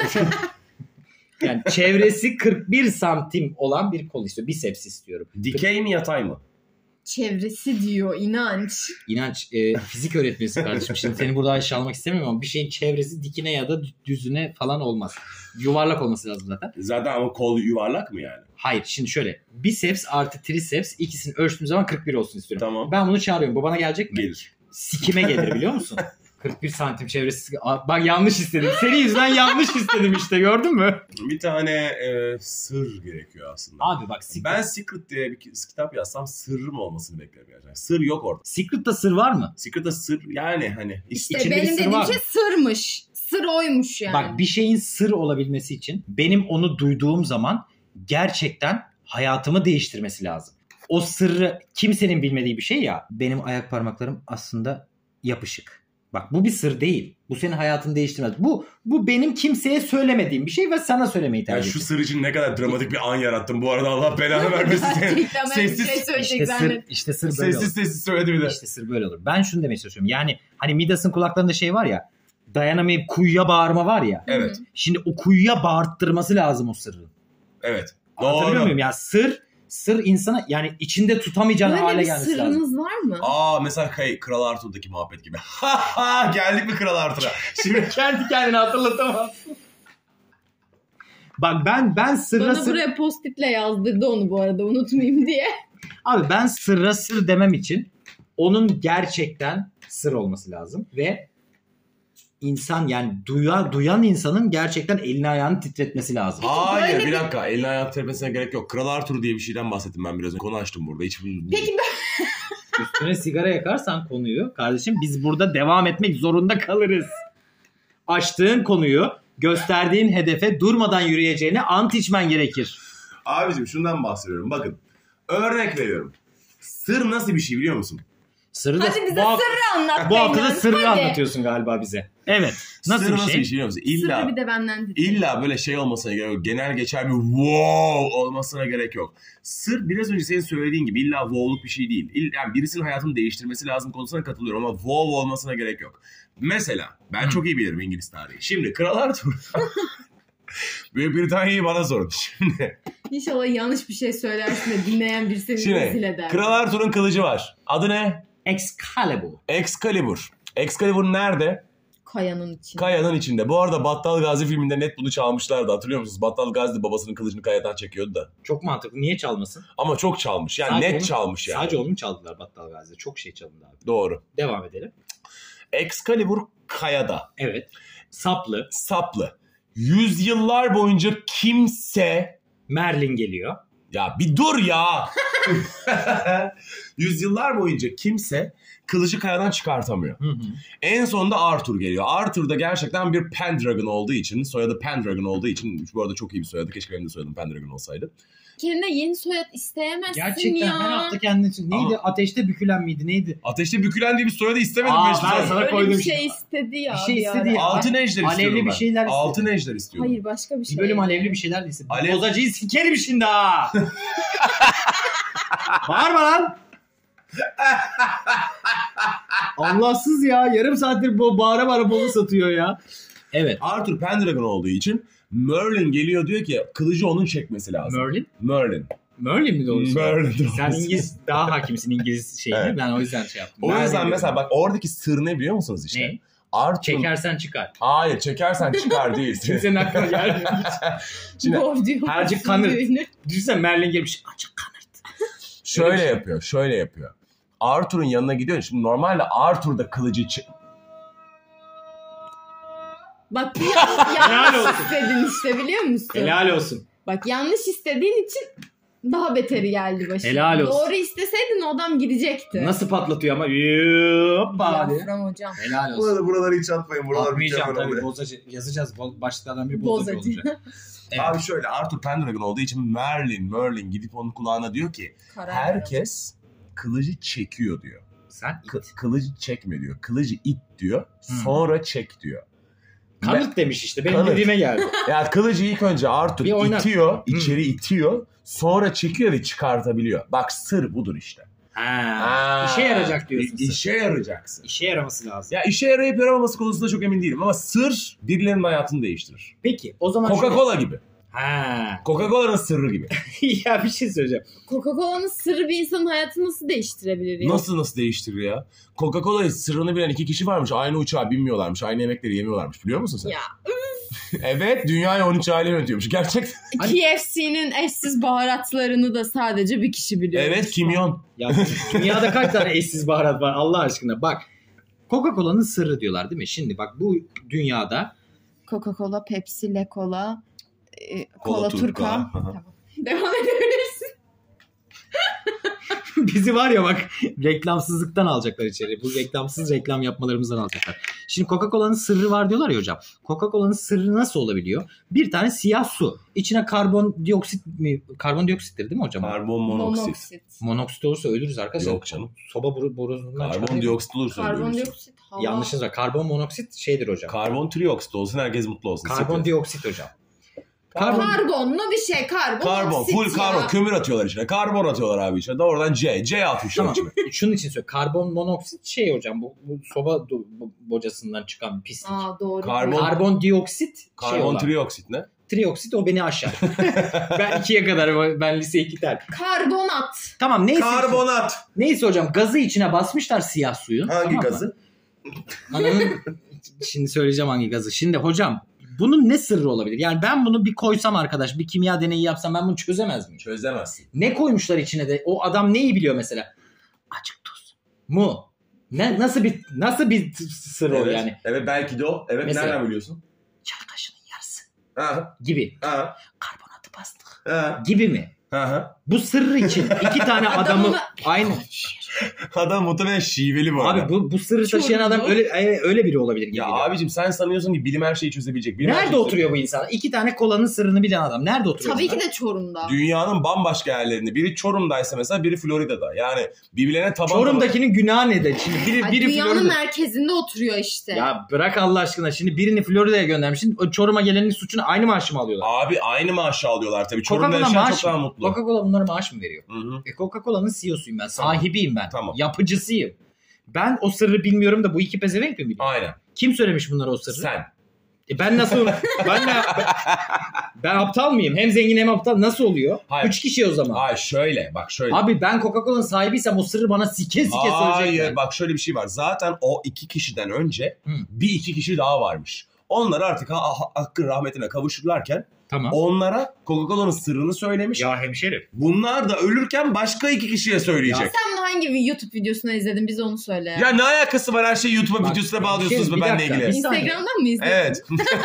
S3: Yani çevresi kırk bir santim olan bir kol istiyorum. Biceps istiyorum.
S2: Dikey mi yatay mı?
S1: Çevresi diyor, inanç.
S3: İnanç e, fizik öğretmenisin kardeşim. Şimdi seni burada aşağı almak istemiyorum ama bir şeyin çevresi dikine ya da düzüne falan olmaz. Yuvarlak olması lazım zaten.
S2: Zaten ama kol yuvarlak mı yani?
S3: Hayır şimdi şöyle. Biceps artı triceps ikisini ölçtüğüm zaman kırk bir olsun istiyorum.
S2: Tamam.
S3: Ben bunu çağırıyorum. Bu bana gelecek mi?
S2: Gelir.
S3: Sikime gelir biliyor musun? kırk bir santim çevresi. Aa, bak yanlış istedim. Senin yüzünden yanlış istedim işte, gördün mü?
S2: Bir tane e, sır gerekiyor aslında.
S3: Abi bak Secret.
S2: Ben Secret diye bir kitap yazsam sırrım olmasını beklerim gerçekten. Sır yok orada.
S3: Secret'ta sır var mı?
S2: Secret'ta sır yani hani.
S1: İşte
S3: İçinde bir
S1: benim
S3: sır
S1: dediğim
S3: var
S1: şey
S3: mı?
S1: sırmış. Sır oymuş yani.
S3: Bak bir şeyin sır olabilmesi için benim onu duyduğum zaman gerçekten hayatımı değiştirmesi lazım. O sırrı kimsenin bilmediği bir şey ya. Benim ayak parmaklarım aslında yapışık. Bak bu bir sır değil. Bu senin hayatını değiştirmez. Bu bu benim kimseye söylemediğim bir şey ve sana söylemeyi
S2: Yani
S3: tercih
S2: şu
S3: ettim.
S2: sır için ne kadar dramatik bir an yarattım. Bu arada Allah belanı vermesin.
S1: Gerçekten ben bir
S2: Sessiz-
S1: şey söyleyecek
S3: İşte sır,
S1: zannettim.
S3: işte sır böyle olur.
S2: Sessiz sessiz söyledi bir de.
S3: İşte sır böyle olur. Ben şunu demeye çalışıyorum. Yani hani Midas'ın kulaklarında şey var ya, dayanamayıp kuyuya bağırma var ya.
S2: Evet.
S3: Şimdi o kuyuya bağırttırması lazım o sırrı.
S2: Evet.
S3: Anlatabiliyor
S2: Doğru.
S3: muyum? Ya sır sır insana yani içinde tutamayacağın
S1: Böyle
S3: hale
S1: bir
S3: gelmesi lazım.
S1: sırrınız var mı?
S2: Aa mesela hey, Kral Arthur'daki muhabbet gibi. Ha ha geldik mi Kral Arthur'a? Şimdi
S3: Kendi kendine hatırlatamazsın. Bak ben ben sırra
S1: Bana
S3: sır...
S1: buraya post-it'le yazdırdı onu bu arada, unutmayayım diye.
S3: Abi ben sırra sır demem için onun gerçekten sır olması lazım ve insan yani duya, duyan insanın gerçekten elini ayağını titretmesi lazım.
S2: hayır
S1: böyle
S2: bir
S1: bir-
S2: dakika. Elini ayağını tepmesine gerek yok. Kral Arthur diye bir şeyden bahsettim ben biraz önce. Konu açtım burada. Hiç...
S1: Peki ben...
S3: Üstüne sigara yakarsan konuyu kardeşim biz burada devam etmek zorunda kalırız. Açtığın konuyu gösterdiğin hedefe durmadan yürüyeceğine ant içmen gerekir.
S2: Abicim şundan bahsediyorum. Bakın. Örnek veriyorum. Sır nasıl bir şey biliyor musun?
S3: Sırrı da,
S1: Hadi bize
S3: bu, hafta-
S1: sırrı anlat.
S3: bu hafta da
S1: Beyler,
S3: sırrı
S1: hadi.
S3: anlatıyorsun galiba bize. Evet. Nasıl
S2: Sır
S3: bir
S2: nasıl
S3: şey?
S2: bir şey biliyor musun? İlla,
S1: Sırrı bir de benden dinle.
S2: illa böyle şey olmasına gerek yok. Genel geçer bir wow olmasına gerek yok. Sır biraz önce senin söylediğin gibi illa wow'luk bir şey değil. İlla, yani birisinin hayatını değiştirmesi lazım konusuna katılıyorum ama wow olmasına gerek yok. Mesela ben
S3: Hı.
S2: çok iyi bilirim İngiliz tarihi. Şimdi Kral Arthur... Büyük Britanya'yı bana sorun. Şimdi,
S1: İnşallah yanlış bir şey söylersin de dinleyen bir seni rezil
S2: şimdi
S1: eder.
S2: Kral Arthur'un kılıcı var. Adı ne?
S3: Excalibur.
S2: Excalibur. Excalibur nerede?
S1: Kayanın içinde.
S2: Kayanın içinde. Bu arada Battal Gazi filminde net bunu çalmışlardı. Hatırlıyor musunuz? Battal Gazi de babasının kılıcını kayadan çekiyordu da.
S3: Çok mantıklı. Niye çalmasın?
S2: Ama çok çalmış. Yani
S3: Sadece
S2: net
S3: onu,
S2: çalmış yani.
S3: Sadece onu mu çaldılar Battal Gazi'de? Çok şey çalındı abi.
S2: Doğru.
S3: Devam edelim.
S2: Excalibur kayada.
S3: Evet. Saplı.
S2: Saplı. Yüzyıllar boyunca kimse...
S3: Merlin geliyor.
S2: Ya bir dur ya. Yüzyıllar boyunca kimse kılıcı kayadan çıkartamıyor.
S3: Hı hı.
S2: En sonunda Arthur geliyor. Arthur da gerçekten bir Pendragon olduğu için, soyadı Pendragon olduğu için, bu arada çok iyi bir soyadı. Keşke benim de soyadım Pendragon olsaydı.
S1: Kendine yeni soyad isteyemezsin
S3: Gerçekten
S1: ya.
S3: her hafta kendisi. Neydi?
S2: Ama...
S3: Ateşte bükülen miydi? Neydi?
S2: Ateşte bükülen diye bir soyadı istemedim.
S3: Aa,
S2: ben
S3: ben
S2: sana.
S3: sana
S1: Öyle
S3: koydum
S1: bir
S3: şimdi.
S1: şey istedi ya.
S3: Bir şey
S1: bir
S3: istedi
S1: ara.
S3: ya.
S2: Altın ejder istiyorum
S3: Alevli
S2: ben.
S3: bir şeyler istedi.
S2: Altın ejder istiyorum.
S1: Hayır başka bir şey.
S3: Bir bölüm alevli bir şeyler değilse.
S2: Alev-
S3: Bozacıyı sikerim şimdi ha. Bağırma lan. Allahsız ya. Yarım saattir bu bağıra bağıra bozu satıyor ya. Evet.
S2: Arthur Pendragon olduğu için Merlin geliyor diyor ki kılıcı onun çekmesi lazım.
S3: Merlin?
S2: Merlin.
S3: Merlin mi doğrusu?
S2: Merlin doğrusu.
S3: Sen İngiliz daha hakimsin İngiliz şeyine.
S2: Evet.
S3: Ben o yüzden şey yaptım.
S2: O
S3: Merlin
S2: yüzden
S3: diyorum.
S2: mesela bak oradaki sır ne biliyor musunuz işte?
S3: Ne?
S2: Arthur...
S3: Çekersen çıkar.
S2: Hayır çekersen çıkar değil.
S3: Kimsenin aklına gelmiyor.
S2: Şimdi
S1: Bordiyo
S3: Harcık kanırt. Düşünsene Merlin gelmiş. Açık kanırt.
S2: şöyle
S3: şey.
S2: yapıyor, şöyle yapıyor. Arthur'un yanına gidiyor. Şimdi normalde Arthur da kılıcı çek...
S1: Bak bu yanlış,
S3: Helal
S1: yanlış
S3: olsun.
S1: istedin işte biliyor musun?
S3: Helal olsun.
S1: Bak yanlış istediğin için daha beteri geldi başına.
S3: Helal olsun.
S1: Doğru isteseydin o adam gidecekti.
S3: Nasıl patlatıyor ama. Hoppa diye.
S1: Yafram hocam.
S3: Helal olsun.
S2: Buraları, buraları hiç atmayın. Buralar
S3: Atmayacağım
S2: mükemmel
S3: tabii.
S2: oluyor.
S3: Bozacı yazacağız. Bo- Başlıklardan biri bozacı,
S1: Bozacı.
S3: olacak. Evet.
S2: Abi şöyle Arthur Pendragon olduğu için Merlin, Merlin gidip onun kulağına diyor ki
S1: Karar
S2: herkes kılıcı çekiyor diyor.
S3: Sen
S2: Kı- kılıcı çekme diyor. Kılıcı it diyor. Sonra çek diyor.
S3: kanıt demiş işte. Benim
S2: Kanıt.
S3: dediğime geldi.
S2: Ya kılıcı ilk önce Arthur
S3: Bir oynar.
S2: itiyor, içeri itiyor. Sonra çekiyor ve çıkartabiliyor. Bak sır budur işte.
S3: Ha.
S2: Aa,
S3: İşe yarayacak diyorsun.
S2: İ- işe yarayacaksın.
S3: İşe yaraması lazım.
S2: Ya işe yarayıp yaramaması konusunda çok emin değilim ama sır birilerinin hayatını değiştirir.
S3: Peki o zaman şöyle-
S2: Coca-Cola gibi.
S3: Ha.
S2: Coca-Cola'nın sırrı gibi.
S3: Ya bir şey söyleyeceğim.
S1: Coca-Cola'nın sırrı bir insanın hayatını nasıl değiştirebilir ya?
S2: Nasıl nasıl değiştirir ya? Coca-Cola'yı sırrını bilen iki kişi varmış. Aynı uçağa binmiyorlarmış. Aynı yemekleri yemiyorlarmış. Biliyor musun sen?
S1: Ya.
S2: Evet. Dünyayı on üç aile yönetiyormuş. Gerçekten.
S1: K F C'nin eşsiz baharatlarını da sadece bir kişi biliyor.
S2: Evet. Kimyon.
S3: Ya dünyada kaç tane eşsiz baharat var Allah aşkına bak. Coca-Cola'nın sırrı diyorlar değil mi? Şimdi bak bu dünyada
S1: Coca-Cola, Pepsi, Le Cola, e,
S2: Cola
S1: Cola
S2: Turca.
S1: Turca. Tamam. Devam edebilirsin.
S3: bizi var ya bak reklamsızlıktan alacaklar içeri. Bu reklamsız reklam yapmalarımızdan alacaklar. Şimdi Coca-Cola'nın sırrı var diyorlar ya hocam. Coca-Cola'nın sırrı nasıl olabiliyor? Bir tane siyah su. İçine karbondioksit mi? Karbondioksittir değil mi hocam?
S2: Karbon monoksit.
S1: Monoksit.
S3: Monoksit olursa ölürüz arkadaşlar.
S2: Yok canım.
S3: Soba boru- borusundan çıkar.
S2: Karbondioksit olursa ölürsün.
S1: Karbondioksit hava.
S3: Yanlışınız var. Karbon monoksit şeydir hocam.
S2: Karbon trioksit olsun herkes mutlu olsun.
S3: Karbondioksit hocam.
S1: Karbon. Karbonlu bir şey. Karbon.
S2: Karbon. Full
S1: ya.
S2: karbon. Kömür atıyorlar içine. Karbon atıyorlar abi içine. Da oradan C. C atmışlar
S3: Tamam.
S2: içine.
S3: Şunun için söylüyorum. Karbon monoksit şey hocam. Bu, bu soba do- bu- bocasından çıkan bir pislik.
S1: Aa doğru.
S2: Karbon-
S3: Karbondioksit şey
S2: Karbon
S3: olan.
S2: trioksit ne?
S3: Trioksit o beni aşar. Ben ikiye kadar ben lise iki der.
S1: Karbonat.
S3: Tamam neyse.
S2: Karbonat.
S3: Neyse hocam gazı içine basmışlar siyah suyun.
S2: Hangi
S3: tamam mı?
S2: gazı?
S3: Ananın şimdi söyleyeceğim hangi gazı. Şimdi hocam bunun ne sırrı olabilir? Yani ben bunu bir koysam arkadaş bir kimya deneyi yapsam ben bunu çözemez miyim?
S2: Çözemezsin.
S3: Ne koymuşlar içine de? O adam neyi biliyor mesela? Açık tuz mu? Ne nasıl bir nasıl bir t- sır o
S2: Evet.
S3: yani?
S2: Evet belki de o. Evet
S3: Mesela-
S2: nereden biliyorsun?
S3: Çay kaşığının yarısı
S2: Ha.
S3: gibi.
S2: Ha.
S3: Karbonatı bastık
S2: Ha.
S3: gibi mi?
S2: Ha. ha.
S3: Bu sırrı için iki tane adamı
S1: Adamı-
S3: aynı.
S2: Adam muhtemelen şiveli bu arada.
S3: Abi bu bu sırrı taşıyan adam öyle e, öyle biri olabilir gibi.
S2: Ya
S3: geliyor.
S2: abicim sen sanıyorsun ki bilim her şeyi çözebilecek. Bilim her
S3: Nerede
S2: şeyi
S3: oturuyor bu insan? İki tane kolanın sırrını bilen adam. Nerede oturuyor?
S1: Tabii
S3: bunlar?
S1: ki de Çorum'da.
S2: Dünyanın bambaşka yerlerinde. Biri Çorum'daysa mesela biri Florida'da. Yani birbirlerine taban
S3: Çorum'dakinin günahı ne de? Şimdi biri,
S1: Ay,
S3: biri
S1: dünyanın
S3: Florida.
S1: merkezinde oturuyor işte.
S3: Ya bırak Allah aşkına. Şimdi birini Florida'ya göndermişsin. O Çorum'a gelenin suçunu aynı maaşı mı alıyorlar?
S2: Abi aynı maaşı alıyorlar tabii. Çorum'da
S3: Coca-Cola
S2: yaşayan
S3: maaş
S2: çok daha
S3: mı?
S2: mutlu.
S3: Coca-Cola bunlara maaş mı veriyor?
S2: Hı hı.
S3: E Coca-Cola'nın C E O'suyum ben.
S2: Tamam.
S3: Sahibiyim ben.
S2: Tamam.
S3: Yapıcısıyım. Ben o sırrı bilmiyorum da bu iki pezevenk mi biliyor?
S2: Aynen.
S3: Kim söylemiş bunlara o sırrı?
S2: Sen.
S3: E ben nasıl ben ne ben aptal mıyım? Hem zengin hem aptal nasıl oluyor?
S2: Hayır.
S3: Üç kişi o zaman.
S2: Hayır şöyle bak şöyle.
S3: Abi ben Coca-Cola'nın sahibiysem o sırrı bana sike sike söyleyecekler.
S2: Hayır bak şöyle bir şey var. Zaten o iki kişiden önce
S3: Hı.
S2: bir iki kişi daha varmış. Onlar artık ha- ha- hakkın rahmetine kavuşurlarken
S3: Tamam.
S2: onlara Coca-Cola'nın sırrını söylemiş.
S3: Ya hemşerim.
S2: Bunlar da ölürken başka iki kişiye söyleyecek.
S1: Sen bunu hangi YouTube videosunu izledin? Bize onu söyle.
S2: Ya ne alakası var, her şeyi YouTube'a
S3: Bak,
S2: videosuna
S3: bir
S2: bağlıyorsunuz
S3: şey-
S2: mu
S3: bir
S2: benle
S3: dakika,
S2: ilgili?
S3: bir-
S1: Instagram'dan mı izledin?
S2: Evet.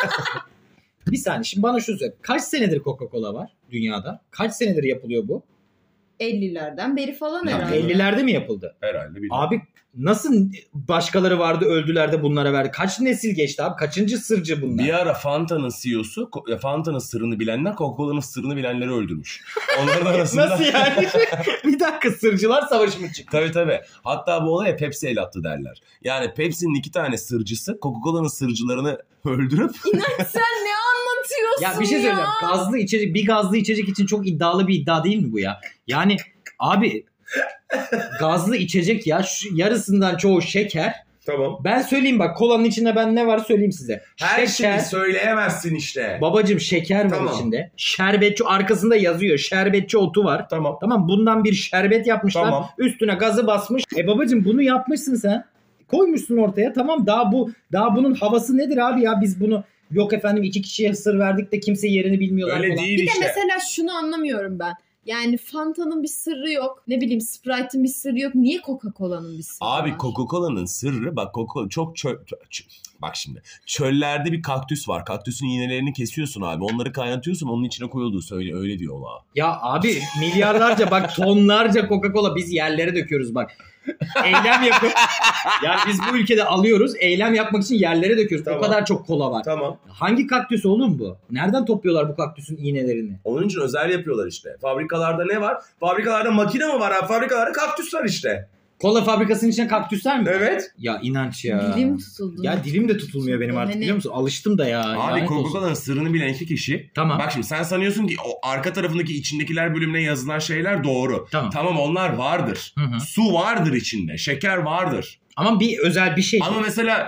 S3: Bir saniye şimdi bana şunu söyle. Kaç senedir Coca-Cola var dünyada? Kaç senedir yapılıyor bu?
S1: ellilerden beri falan
S2: Ya,
S1: herhalde.
S3: ellilerde mi yapıldı?
S2: Herhalde bilmiyorum.
S3: Abi nasıl başkaları vardı öldüler de bunlara verdi? Kaç nesil geçti abi? Kaçıncı sırcı bunlar?
S2: Bir ara Fanta'nın C E O'su Ko- Fanta'nın sırrını bilenler Coca-Cola'nın sırrını bilenleri öldürmüş. Onların arasında...
S3: Nasıl yani? Bir dakika sırcılar savaşı mı çıktı?
S2: Tabii tabii. Hatta bu olaya Pepsi el attı derler. Yani Pepsi'nin iki tane sırcısı Coca-Cola'nın sırcılarını öldürüp...
S1: Sen ne anlatıyorsun ya?
S3: Ya bir şey söyleyeceğim. Gazlı içecek, bir gazlı içecek için çok iddialı bir iddia değil mi bu ya? Yani abi gazlı içecek ya şu yarısından çoğu şeker.
S2: Tamam.
S3: Ben söyleyeyim bak kolanın içinde ben ne var söyleyeyim size.
S2: Her
S3: şeker.
S2: şeyi söyleyemezsin işte.
S3: Babacım şeker var
S2: Tamam.
S3: içinde. Şerbetçi arkasında yazıyor. Şerbetçi otu var.
S2: Tamam.
S3: Tamam bundan bir şerbet yapmışlar.
S2: Tamam.
S3: Üstüne gazı basmış. E babacım bunu yapmışsın sen. Koymuşsun ortaya. Tamam daha bu daha bunun havası nedir abi ya biz bunu yok efendim iki kişiye sır verdik de kimse yerini bilmiyorlar
S2: Öyle
S3: falan.
S2: değil
S1: Bir
S2: işte.
S1: de mesela şunu anlamıyorum ben. Yani Fanta'nın bir sırrı yok. Ne bileyim Sprite'ın bir sırrı yok. Niye Coca-Cola'nın bir sırrı
S2: Abi
S1: var?
S2: Coca-Cola'nın sırrı bak Coca-Cola çok çöl, ç- bak şimdi çöllerde bir kaktüs var. Kaktüsün iğnelerini kesiyorsun abi. Onları kaynatıyorsun, onun içine koyulduğu söyle öyle diyorlar.
S3: Ya abi milyarlarca bak tonlarca Coca-Cola biz yerlere döküyoruz bak. Eylem yapıp yani biz bu ülkede alıyoruz eylem yapmak için yerlere döküyoruz.
S2: Tamam.
S3: O kadar çok kola var.
S2: Tamam.
S3: Hangi kaktüs oğlum bu? Nereden topluyorlar bu kaktüsün iğnelerini?
S2: Onun için özel yapıyorlar işte. Fabrikalarda ne var? Fabrikalarda makine mi var abi? Fabrikalarda kaktüs var işte.
S3: Kola fabrikasının içine kaktüsler mi?
S2: Evet.
S3: Ya inanç ya.
S1: Dilim tutuldu.
S3: Ya dilim de tutulmuyor benim artık
S1: Hani-
S3: biliyor musun? Alıştım da ya.
S2: Abi
S3: lanet olsun.
S2: Coca-Cola'nın sırrını bilen iki kişi.
S3: Tamam.
S2: Bak şimdi sen sanıyorsun ki o arka tarafındaki içindekiler bölümüne yazılan şeyler doğru.
S3: Tamam.
S2: Tamam onlar vardır.
S3: Hı hı.
S2: Su vardır içinde. Şeker vardır.
S3: Ama bir özel bir şey.
S2: Ama mesela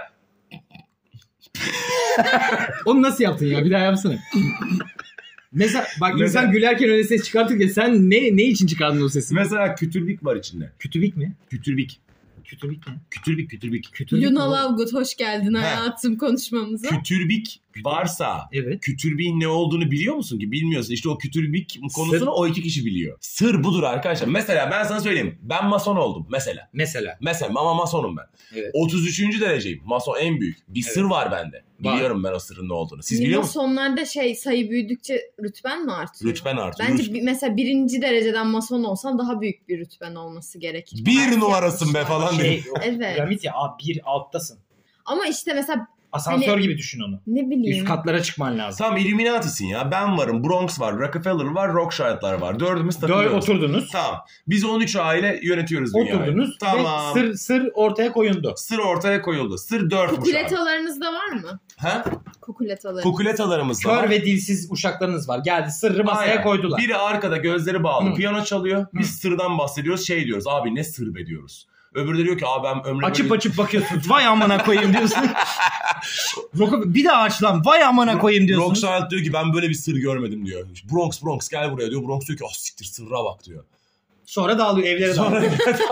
S3: Onu nasıl yaptın ya? Bir daha yapsana. Mesela bak
S2: Mesela-
S3: insan gülerken öyle ses çıkartırken sen ne ne için çıkardın o sesi?
S2: mesela kütürbik var içinde.
S3: Kütübik mi?
S2: Kütürbik.
S3: Kütübik ne?
S2: Kütürbik kütürbik.
S3: Kütübik
S1: Luna
S3: mi?
S1: Lovegood hoş geldin
S2: He.
S1: hayatım konuşmamıza.
S2: Kütürbik varsa
S3: Evet.
S2: kütürbiğin ne olduğunu biliyor musun ki? Bilmiyorsun. İşte o kütürbik konusunu
S3: Sır.
S2: o iki kişi biliyor. Sır budur arkadaşlar. Mesela ben sana söyleyeyim. Ben mason oldum mesela.
S3: Mesela.
S2: Mesela ama masonum ben.
S3: Evet.
S2: otuz üçüncü dereceyim. Mason en büyük. Bir
S3: Evet.
S2: sır var bende.
S3: Var.
S2: Biliyorum ben o sırrın ne olduğunu. Siz biliyor musunuz?
S1: Masonlarda şey sayı büyüdükçe rütben mi artıyor?
S2: Rütben artıyor.
S1: Bence
S2: Rüt-
S1: bir- mesela birinci dereceden mason olsan daha büyük bir rütben olması gerekir.
S2: Bir
S1: Belki
S2: numarasın be
S1: yapmışlar.
S2: falan
S3: Şey,
S2: diye.
S3: o
S1: Evet.
S3: piramit ya abi bir alttasın.
S1: Ama işte mesela
S3: Asansör
S1: Hani-
S3: gibi düşün onu.
S1: ne bileyim.
S3: Üst katlara çıkman lazım.
S2: Tamam Illuminati'sin ya. Ben varım. Bronx var. Rockefeller var. Rothschild'lar var. Dördümüz
S3: Dört
S2: takılıyoruz.
S3: oturdunuz.
S2: Tamam. Biz on üç aile yönetiyoruz dünyayı.
S3: Oturdunuz
S2: Tamam.
S3: ve sır sır ortaya koyundu.
S2: Sır ortaya koyuldu. Sır dörtmüş abi.
S1: Kukuletalarınız da var mı?
S2: Ha?
S1: Kukuletalarınız.
S2: Kukuletalarımız da
S3: Kör
S2: var.
S3: ve dilsiz uşaklarınız var. Geldi sırrı masaya
S2: Aynen.
S3: koydular.
S2: Biri arkada gözleri bağlı
S3: Hı.
S2: piyano çalıyor. Biz
S3: Hı.
S2: sırdan bahsediyoruz. Şey diyoruz abi ne sır be diyoruz. Öbürü de diyor ki abi ben ömrümde...
S3: Açıp açıp bakıyorsun. Vay amına koyayım diyorsun. Rock- bir daha aç lan. Vay amına koyayım diyorsun.
S2: Rothschild diyor ki ben böyle bir sır görmedim diyor. Bronx Bronx gel buraya diyor. Bronx diyor ki ah siktir sırra bak diyor.
S3: Sonra dağılıyor evlere
S2: Sonra
S3: dağılıyor.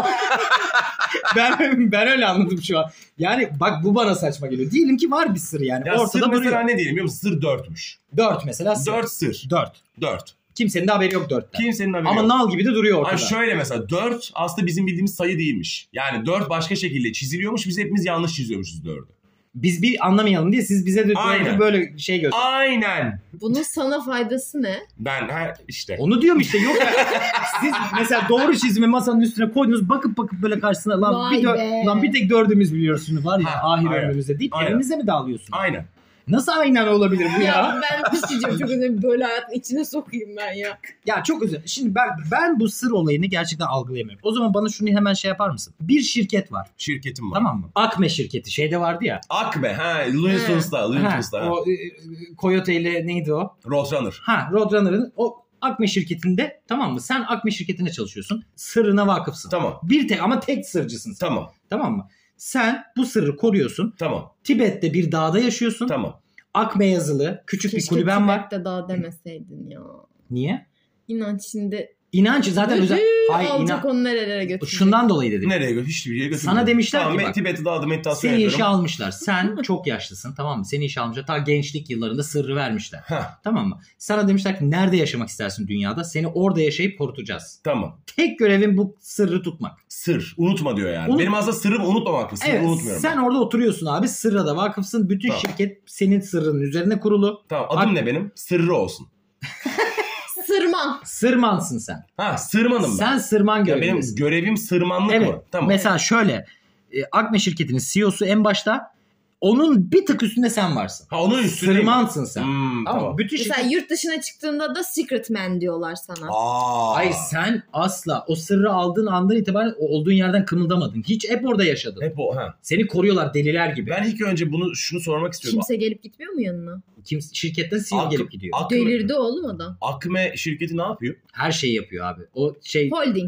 S3: ben ben öyle anladım şu an. Yani bak bu bana saçma geliyor. Diyelim ki var bir sır yani.
S2: ya sır
S3: Ortada
S2: mesela
S3: duruyor.
S2: ne diyelim biliyor musun? Sır dörtmüş.
S3: Dört mesela sır.
S2: Dört sır.
S3: Dört.
S2: Dört.
S3: Kimsenin de haberi yok dörtten.
S2: Kimsenin haberi
S3: Ama
S2: yok.
S3: nal gibi de duruyor ortada.
S2: Ay şöyle mesela dört aslında bizim bildiğimiz sayı değilmiş. Yani dört başka şekilde çiziliyormuş. Biz hepimiz yanlış çiziyormuşuz dördü.
S3: Biz bir anlamayalım diye siz bize de
S2: Aynen.
S3: böyle şey göster.
S2: Aynen.
S1: Bunun sana faydası ne?
S2: Ben her işte.
S3: Onu diyorum işte yok ya. Siz mesela doğru çizimi masanın üstüne koydunuz bakıp bakıp böyle karşısına lan,
S1: Vay
S3: bir, dö-
S1: be.
S3: lan bir tek dördümüz biliyoruz şunu var ya
S2: Ha,
S3: ahir
S2: aynen.
S3: ömrümüzde deyip
S2: Aynen.
S3: elinize mi dağılıyorsunuz?
S2: Aynen.
S3: Nasıl aynen olabilir bu ya?
S1: Ya ben bir şey diyeceğim çok önemli. Böyle hayatın içine sokayım ben ya.
S3: Ya çok özür. Şimdi ben ben bu sır olayını gerçekten algılayamıyorum. O zaman bana şunu hemen şey yapar mısın? Bir şirket var.
S2: Şirketim var.
S3: Tamam mı? Akme şirketi şeyde vardı ya.
S2: Akbe. Ha. Looney Tunes'ta. Looney
S3: Ha,
S2: Tunes'ta. ha.
S3: o e, e, Coyote ile neydi o?
S2: Roadrunner.
S3: Ha Roadrunner'ın o Akme şirketinde tamam mı? Sen Akme şirketine çalışıyorsun. Sırrına vakıfsın.
S2: Tamam.
S3: Bir tek ama tek sırcısın sen.
S2: Tamam.
S3: Tamam mı? Sen bu sırrı koruyorsun.
S2: Tamam.
S3: Tibet'te bir dağda yaşıyorsun.
S2: Tamam.
S3: Akme yazılı küçük
S1: Keşke
S3: bir kulüben var.
S1: Tibet'te daha demeseydin ya.
S3: Niye?
S1: İnanç şimdi
S3: İnanç zaten özel. Hayır
S1: alacak
S3: inan.
S1: onu nerelere götürecek.
S3: Şundan dolayı dedim.
S2: Nereye götür? Hiçbir yere götürmüyor.
S3: Sana demişler
S2: tamam,
S3: ki bak.
S2: Tibet'e dağda meditasyon
S3: Seni
S2: yapıyorum.
S3: işe almışlar. Sen çok yaşlısın tamam mı? Seni işe almışlar. Ta gençlik yıllarında sırrı vermişler.
S2: Heh,
S3: Tamam mı? Sana demişler ki nerede yaşamak istersin dünyada? Seni orada yaşayıp korutacağız.
S2: tamam.
S3: Tek görevin bu sırrı tutmak.
S2: Sır. Unutma diyor yani.
S3: Unut-
S2: Benim aslında sırrım unutmamak mı? Sırrı
S3: Evet
S2: unutmuyorum.
S3: sen
S2: ben.
S3: orada oturuyorsun abi. Sırra da vakıfsın. Bütün
S2: Tamam.
S3: şirket senin sırrının üzerine kurulu.
S2: Tamam. Adım
S3: Ak-
S2: ne benim? Sırrı olsun.
S1: Sırman.
S3: Sırmansın sen.
S2: Ha, sırmanım ben.
S3: Sen sırman
S2: Ya benim
S3: görevindesin.
S2: görevim sırmanlık
S3: Evet.
S2: mı? Tamam.
S3: Mesela şöyle. e, Akme şirketinin C E O'su en başta. Onun bir tık üstünde sen varsın.
S2: Ha, onun üstüne.
S3: Sırmansın sen.
S2: Hmm,
S3: Tamam.
S2: tamam.
S3: Bütün
S1: Mesela
S3: şirket...
S1: yurt dışına çıktığında da Secret Man diyorlar sana.
S2: Aa.
S3: Hayır sen asla o sırrı aldığın andan itibaren o olduğun yerden kımıldamadın. Hiç hep orada yaşadın.
S2: Hep o. Ha.
S3: Seni koruyorlar deliler gibi.
S2: Ben ilk önce bunu şunu sormak istiyorum.
S1: Kimse gelip gitmiyor mu yanına?
S3: Kim şirketten C E O
S2: Ak-
S3: gelip gidiyor.
S2: Akme,
S1: Delirdi oğlum adam.
S2: Akme şirketi ne yapıyor?
S3: Her şeyi yapıyor abi. O şey
S1: Holding.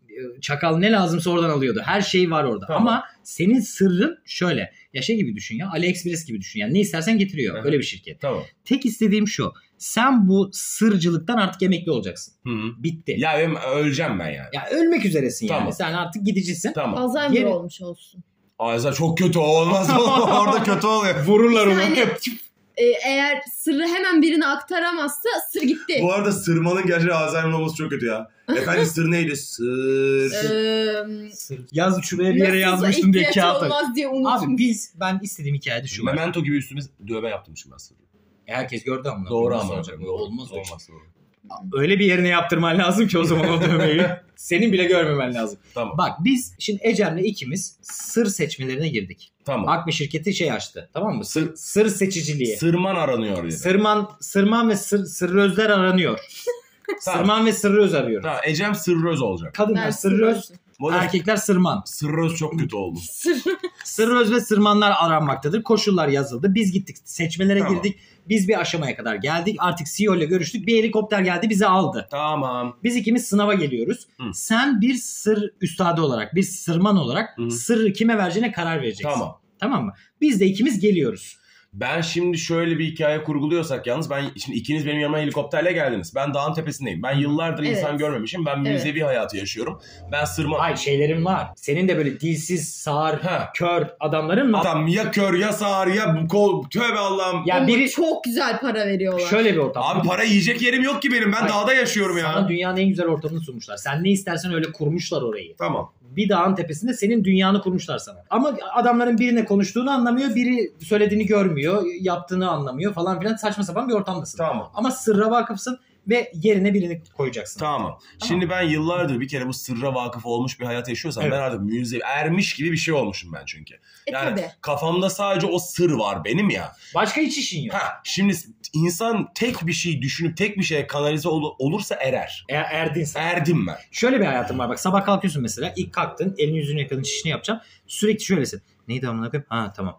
S3: çakal ne lazımsa oradan alıyordu. Her şey var orada.
S2: Tamam.
S3: Ama senin sırrın şöyle. Ya şey gibi düşün ya. AliExpress gibi düşün. Yani ne istersen getiriyor.
S2: Aha.
S3: Öyle bir şirket.
S2: Tamam.
S3: Tek istediğim şu. Sen bu sırcılıktan artık emekli olacaksın.
S2: Hı -hı.
S3: Bitti.
S2: Ya benim öleceğim ben yani.
S3: Ya ölmek üzeresin
S2: Tamam.
S3: yani. Sen artık gidicisin.
S2: Tamam.
S1: Alzheimer
S3: Yeni-
S1: olmuş olsun.
S2: Ayza çok kötü olmaz. Orada kötü oluyor.
S3: Vururlar onu.
S1: Yani, e, eğer sırrı hemen birine aktaramazsa sır gitti.
S2: Bu arada sırmanın gerçekten Alzheimer olması çok kötü ya. Efendim sır neydi? Sır.
S1: Eee
S3: Sır. Yaz şuraya bir yere
S1: nasılsa
S3: yazmıştım diye
S1: ihtiyaç
S3: kağıt.
S1: olmaz diye unutmuş.
S3: Abi biz ben istediğim hikayede şu var.
S2: Memento gibi üstüme dövme yaptırmışım ben sırrı.
S3: Herkes gördü ama.
S2: Doğru
S3: Nasıl
S2: ama.
S3: olacak?
S2: Doğru.
S3: Olmaz o iş.
S2: Olmaz. Doğru.
S3: Öyle bir yerine yaptırman lazım ki o zaman o dövmeyi. Senin bile görmemen lazım.
S2: Tamam.
S3: Bak biz şimdi Ecem'le ikimiz sır seçmelerine girdik.
S2: Tamam.
S3: Akme şirketi şey açtı. Tamam mı?
S2: Sır,
S3: Sır seçiciliği.
S2: sırman aranıyor dedi.
S3: Sırman, sırman ve sır, sırrözler aranıyor.
S2: Tamam.
S3: Sırman ve sırröz arıyoruz.
S2: Tamam. Ecem sırröz olacak.
S3: Kadınlar
S1: Ben
S3: sırröz,
S1: sırrı-
S2: Bu arada
S3: erkekler sırman.
S2: sırröz çok kötü oldu.
S1: Sır.
S3: Sırröz ve sırmanlar aranmaktadır. Koşullar yazıldı. Biz gittik seçmelere
S2: Tamam.
S3: girdik. Biz bir aşamaya kadar geldik. Artık C E O ile görüştük. Bir helikopter geldi bizi aldı.
S2: Tamam.
S3: Biz ikimiz sınava geliyoruz.
S2: Hı.
S3: Sen bir sır üstadı olarak, bir sırman olarak
S2: Hı.
S3: sırrı kime vereceğine karar vereceksin.
S2: Tamam.
S3: Tamam mı? Biz de ikimiz geliyoruz.
S2: Ben şimdi şöyle bir hikaye kurguluyorsak yalnız ben şimdi ikiniz benim yanıma helikopterle geldiniz. Ben dağın tepesindeyim. Ben yıllardır
S1: Evet.
S2: insan görmemişim. Ben müzevi hayatı yaşıyorum. Ben sırma...
S3: Ay şeylerin var. Senin de böyle dilsiz, sağır,
S2: Ha.
S3: kör adamların var.
S2: Adam ya kör ya sağır ya bu kol. Tövbe Allah'ım.
S3: Ya
S1: Ama
S3: biri
S1: çok güzel para veriyorlar.
S3: şöyle bir ortam.
S2: Abi para yiyecek yerim yok ki benim. Ben
S3: Hayır.
S2: dağda yaşıyorum ya.
S3: Sana dünyanın en güzel ortamını sunmuşlar. Sen ne istersen öyle kurmuşlar orayı.
S2: Tamam.
S3: Bir dağın tepesinde senin dünyanı kurmuşlar sana. Ama adamların birine konuştuğunu anlamıyor, biri söylediğini görmüyor, yaptığını anlamıyor falan filan, saçma sapan bir ortamdasın.
S2: Tamam.
S3: Ama sırra vakıfsın ve yerine birini koyacaksın.
S2: Tamam. Şimdi ben yıllardır bir kere bu sırra vakıf olmuş bir hayat yaşıyorsam
S3: Evet.
S2: ben artık müze ermiş gibi bir şey olmuşum ben çünkü.
S1: E
S2: Yani
S1: tabii.
S2: kafamda sadece o sır var benim ya.
S3: Başka hiç işin yok.
S2: Ha, şimdi insan tek bir şey düşünüp tek bir şeye kanalize ol- olursa erer.
S3: E, erdin sen.
S2: Erdim ben.
S3: Şöyle bir hayatım var bak, sabah kalkıyorsun mesela, ilk kalktın, elini yüzünü yıkadın, çişini yapacaksın. Sürekli şöylesin. Neydi amına koyayım? Ha tamam.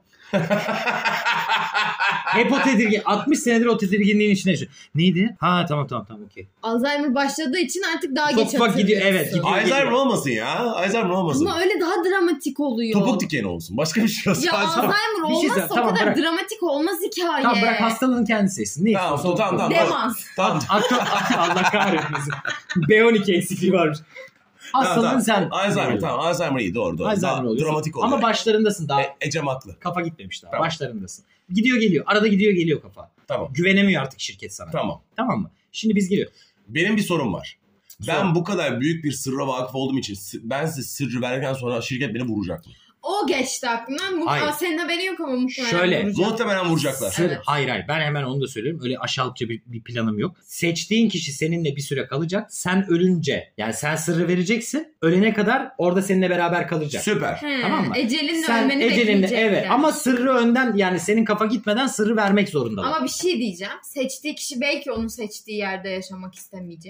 S3: Hep o tedirgin. altmış senedir o tedirginliğin içinde yaşıyor. Neydi? Ha tamam tamam tamam okey.
S1: Alzheimer başladığı için artık daha
S3: Ufak
S1: geç
S3: ufak gidiyor,
S1: hatırlıyorsun.
S3: evet, gidiyor.
S2: Alzheimer olmasın ya. Alzheimer olmasın.
S1: Ama öyle daha dramatik oluyor.
S2: Topuk dikeni olsun. Başka bir şey olsun.
S1: Ya
S2: Alzheimer-
S1: Alzheimer
S3: Bir şey
S1: olmazsa
S3: söyle-
S1: o
S3: tamam,
S1: kadar
S3: bırak.
S1: dramatik olmaz hikaye.
S3: Tamam bırak, hastalığın kendi seçsin. Ne
S2: Tamam,
S3: istiyorsa
S2: tamam,
S3: olsun.
S2: tamam.
S1: Demans.
S2: Tamam.
S3: Aklı- Allah kahretmesin. B on iki eksikliği varmış. Hastalığın
S2: Tamam,
S3: sen.
S2: tamam. Alzheimer tamam. Alzheimer iyi doğru doğru.
S3: Alzheimer
S2: Daha
S3: oluyorsun.
S2: dramatik oluyor.
S3: Ama başlarındasın daha.
S2: E, Ecem haklı.
S3: Kafa gitmemiş daha.
S2: Tamam.
S3: Başlarındasın. Gidiyor geliyor. Arada gidiyor geliyor kafa.
S2: Tamam.
S3: Güvenemiyor artık şirket sana.
S2: Tamam.
S3: Tamam mı? Şimdi biz geliyor.
S2: Benim bir sorum var. Ben
S3: Sor.
S2: bu kadar büyük bir sırra vakıf olduğum için sı- ben size sırrı verdikten sonra şirket beni vuracak mı?
S1: O geçti aklımdan. Bu,
S3: Hayır.
S1: Aa, senin haberin yok ama muhtemelen
S3: Şöyle,
S1: vuracak.
S2: Muhtemelen vuracaklar.
S3: Sır,
S1: Evet.
S3: Hayır hayır, ben hemen onu da söylüyorum. Öyle aşağılıkça bir, bir planım yok. Seçtiğin kişi seninle bir süre kalacak. Sen ölünce, yani sen sırrı vereceksin. Ölene kadar orada seninle beraber kalacak.
S2: Süper.
S1: He,
S3: Tamam mı?
S1: Ecelinle
S3: Sen
S1: ölmeni
S3: ecelinle,
S1: bekleyecekler.
S3: evet, ama sırrı önden, yani senin kafa gitmeden sırrı vermek zorundalar.
S1: Ama bir şey diyeceğim. Seçtiği kişi belki onun seçtiği yerde yaşamak istemeyecek.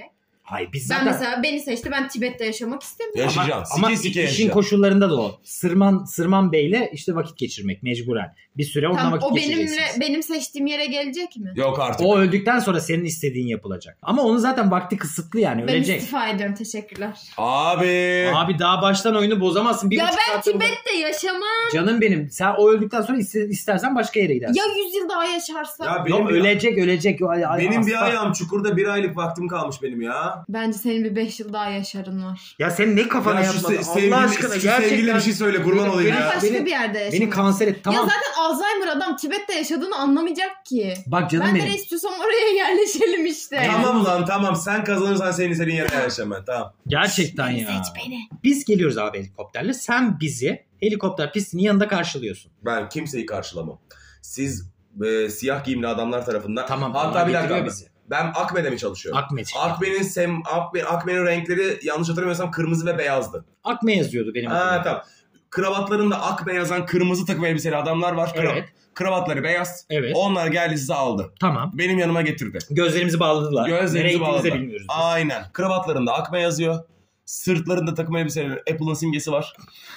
S3: Hayır biz
S1: Ben
S3: zaten...
S1: mesela beni seçti, ben Tibet'te yaşamak istemiyorum.
S2: Yaşayacaksın.
S3: Ama, ama
S2: Sike sike
S3: işin
S2: yaşayacaksın.
S3: koşullarında da o. Sırman Sırman Bey'le işte vakit geçirmek mecburen. Bir süre onunla
S1: Tamam,
S3: vakit
S1: o benimle
S3: geçireceksiniz.
S1: benim seçtiğim yere gelecek mi?
S2: Yok artık.
S3: O öldükten sonra senin istediğin yapılacak. Ama onun zaten vakti kısıtlı yani
S1: Ben
S3: ölecek.
S1: istifa ediyorum, teşekkürler.
S2: Abi.
S3: Abi daha baştan oyunu bozamazsın. Bir
S1: Ya
S3: buçuk
S1: ben
S3: saat yolda-
S1: Tibet'te yaşamam.
S3: Canım benim. Sen o öldükten sonra iste- istersen başka yere gidersin.
S1: Ya yüz yıl daha yaşarsam?
S2: Ya benim
S3: Yok
S2: bir-
S3: ölecek ölecek. O- ay-
S2: Benim bir
S3: asla-
S2: ayağım çukurda, bir aylık vaktim kalmış benim ya.
S1: Bence senin bir beş yıl daha yaşarın var.
S3: Ya sen ne kafana
S2: Ya şu
S3: yapmadın?
S2: se- sevgili-
S3: Allah aşkına
S2: şu
S3: gerçekten.
S2: sevgili bir şey söyle, kurban olayım
S1: Ben
S2: ya.
S1: başka
S3: beni-
S1: bir yerde yaşamak.
S3: Beni kanser et. Tamam.
S1: Ya zaten Alzheimer adam Tibet'te yaşadığını anlamayacak ki.
S3: Bak canım
S1: Ben
S3: benim.
S1: nereye istiyorsam oraya yerleşelim işte.
S2: Tamam lan tamam, sen kazanırsan senin senin yerine yaşam ben, tamam.
S3: Gerçekten
S1: Beni
S3: ya.
S1: seç beni.
S3: Biz geliyoruz abi helikopterle. Sen bizi helikopter pistinin yanında karşılıyorsun.
S2: Ben kimseyi karşılamam. Siz e, siyah giyimli adamlar tarafından.
S3: Tamam.
S2: Hatta
S3: onlar
S2: bir dakika.
S3: getiriyor bizi.
S2: Ben Akme'de mi çalışıyorum?
S3: Akmet.
S2: Akme'nin sem Akme, Akme'nin renkleri yanlış hatırlamıyorsam kırmızı ve beyazdı.
S3: Akme yazıyordu benim
S2: Ha
S3: adıma.
S2: tamam. Kravatlarında Akme yazan kırmızı takım elbiseli adamlar var. Kra-
S3: Evet.
S2: Kravatları beyaz.
S3: Evet.
S2: Onlar geldi sizi aldı.
S3: Tamam.
S2: Benim yanıma getirdi.
S3: Gözlerimizi bağladılar.
S2: Gözlerimizi
S3: Nereye gittiğimizi de
S2: bağladılar.
S3: bilmiyoruz. biz.
S2: Aynen. Kravatlarında Akme yazıyor. Sırtlarında takım elbiseleri Apple'ın simgesi var.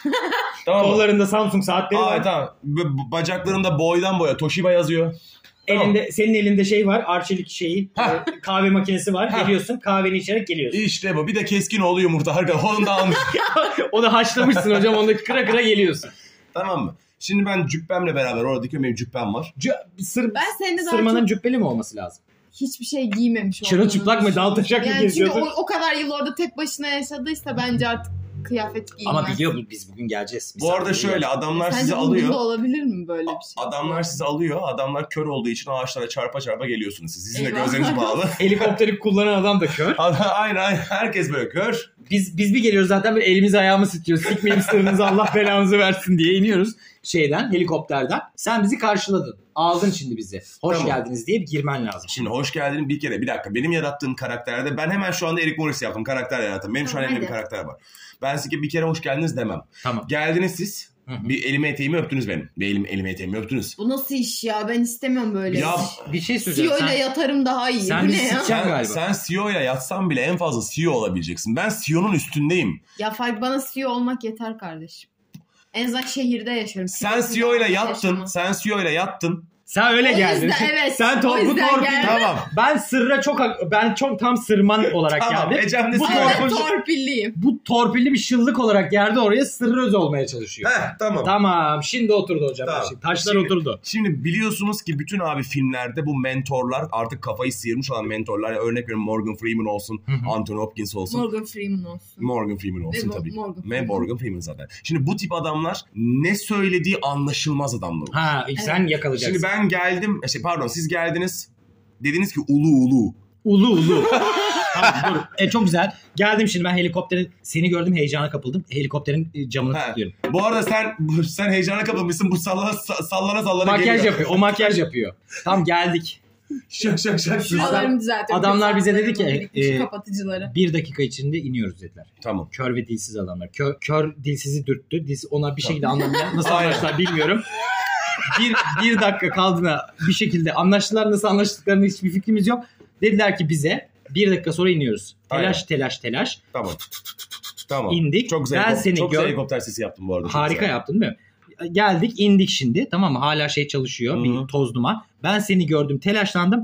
S2: Tamam mı?
S3: Kollarında Samsung saatleri
S2: Aa,
S3: var.
S2: tamam. B- b- bacaklarında boydan boya Toshiba yazıyor. Tamam.
S3: Elinde, senin elinde şey var. Arçelik şeyi.
S2: Ha.
S3: e, Kahve makinesi var.
S2: Ha.
S3: Geliyorsun kahveni içerek geliyorsun.
S2: İşte bu. Bir de keskin oğlu yumurta. Harika. Onu da almış.
S3: Onu haşlamışsın hocam. Onu kıra kıra geliyorsun.
S2: Tamam mı? Şimdi ben cübbemle beraber orada dikiyorum. Benim cübbem var.
S3: C- sır,
S1: Ben seni daha
S3: sırmanın
S1: çok
S3: cübbeli mi olması lazım?
S1: hiçbir şey giymemiş olduğunu
S3: Çırılçıplak mı?
S1: düşünüyorum.
S3: Dal taşak mı
S1: Yani çünkü
S3: geziyordu?
S1: o, o kadar yıl orada tek başına yaşadıysa bence artık kıyafet giymez.
S3: Ama biliyor bu biz bugün geleceğiz.
S2: Bu arada
S3: Misafirliğe.
S2: şöyle adamlar
S1: Sence
S2: sizi
S1: bugün
S2: alıyor.
S1: de olabilir mi böyle bir şey?
S2: Adamlar sizi alıyor. Adamlar kör olduğu için ağaçlara çarpa çarpa geliyorsunuz siz. Sizin de
S1: Eyvah.
S2: gözleriniz bağlı.
S3: Helikopteri kullanan adam da kör.
S2: aynen aynen. Herkes böyle kör.
S3: Biz biz bir geliyoruz zaten böyle elimizi ayağımızı sıkıyoruz. Sikmeyin sırrınızı Allah belanızı versin diye iniyoruz şeyden helikopterden. Sen bizi karşıladın. Aldın şimdi bizi. Hoş
S2: Tamam.
S3: geldiniz diye bir girmen lazım.
S2: Şimdi hoş geldin bir kere. Bir dakika. Benim yarattığım karakterde ben hemen şu anda Eric Morris yaptım. Karakter yarattım. Benim şu an
S1: Tamam,
S2: elimde bir
S1: hadi.
S2: karakter var. Ben size bir kere hoş geldiniz demem.
S3: Tamam.
S2: Geldiniz siz.
S3: Hı hı.
S2: Bir elime eteğimi öptünüz benim. Bir elim, elime eteğimi öptünüz.
S1: Bu nasıl iş ya? Ben istemiyorum böyle
S2: Ya,
S1: iş.
S3: Bir şey söyleyeceğim.
S1: C E O ile
S3: Sen,
S1: yatarım daha iyi.
S3: sen
S1: Bu
S3: bir
S1: ne ya?
S3: sikeceksin.
S2: Sen,
S3: galiba.
S2: sen C E O ile yatsan bile en fazla C E O olabileceksin. Ben C E O'nun üstündeyim.
S1: Ya fark bana C E O olmak yeter kardeşim. En azından şehirde yaşarım.
S2: Sen C E O ile yattın.
S1: Yaşamam.
S2: Sen C E O ile yattın.
S3: sen öyle
S1: O
S3: geldin.
S1: yüzden evet,
S3: Sen
S1: o
S3: to- bu
S1: yüzden
S3: torpil.
S1: geldim.
S2: Tamam.
S3: Ben sırra çok ben çok tam sırman olarak
S2: Tamam.
S3: geldim.
S2: Ecem de
S3: Bu
S2: C E O.
S1: Ama ben
S3: torpil-
S1: torpilliyim.
S3: Bu torpilli bir şıllık olarak geldi oraya sırrı öz olmaya çalışıyor.
S2: Heh, tamam.
S3: Tamam şimdi oturdu hocam.
S2: Tamam.
S3: Şimdi taşlar
S2: Şimdi-
S3: oturdu.
S2: Şimdi biliyorsunuz ki bütün abi filmlerde bu mentorlar artık kafayı sıyırmış olan mentorlar. Yani örnek veriyorum Morgan Freeman olsun,
S3: Hı hı.
S2: Anthony Hopkins olsun.
S1: Morgan Freeman olsun.
S2: Morgan Freeman olsun
S1: Ve
S2: tabii.
S1: Morgan
S2: Ve
S1: Freeman.
S2: Morgan Freeman zaten. Şimdi bu tip adamlar ne söylediği anlaşılmaz adamlar. olur.
S3: Ha sen yakalayacaksın.
S2: Şimdi ben geldim, şey pardon siz geldiniz. Dediniz ki ulu ulu.
S3: Ulu ulu. Tamam dur. E, çok güzel. Geldim şimdi ben helikopterin seni gördüm heyecana kapıldım. Helikopterin e, camını
S2: Ha.
S3: tutuyorum.
S2: Bu arada sen sen heyecana kapılmışsın. Bu sallana sallana sallana
S3: Makyaj
S2: geliyor.
S3: yapıyor. O makyaj yapıyor. Tam geldik.
S2: Şak şak şak.
S1: Şuralarımı düzeltiyorum.
S3: adamlar bize dedi ki,
S1: Birikmiş
S3: e,
S1: kapatıcıları.
S3: Bir dakika içinde iniyoruz dediler.
S2: Tamam.
S3: Kör ve dilsiz adamlar. Kör, kör dilsizi dürttü. Dilsiz, onlar bir şekilde anlamayan nasıl
S2: Aynen.
S3: anlaştılar bilmiyorum. Bir, bir dakika kaldığına bir şekilde anlaştılar. Nasıl anlaştıklarını hiçbir fikrimiz yok. Dediler ki bize bir dakika sonra iniyoruz. Telaş
S2: Aynen.
S3: telaş telaş.
S2: Tamam. Tamam.
S3: İndik.
S2: Çok güzel.
S3: Ben
S2: helikop-
S3: seni
S2: çok güzel
S3: gör-
S2: helikopter sesi yaptım bu arada. Çok
S3: Harika
S2: güzel.
S3: yaptın değil mi? Geldik indik şimdi tamam mı? Hala şey çalışıyor.
S2: Hı hı.
S3: Bir toz duman. Ben seni gördüm telaşlandım.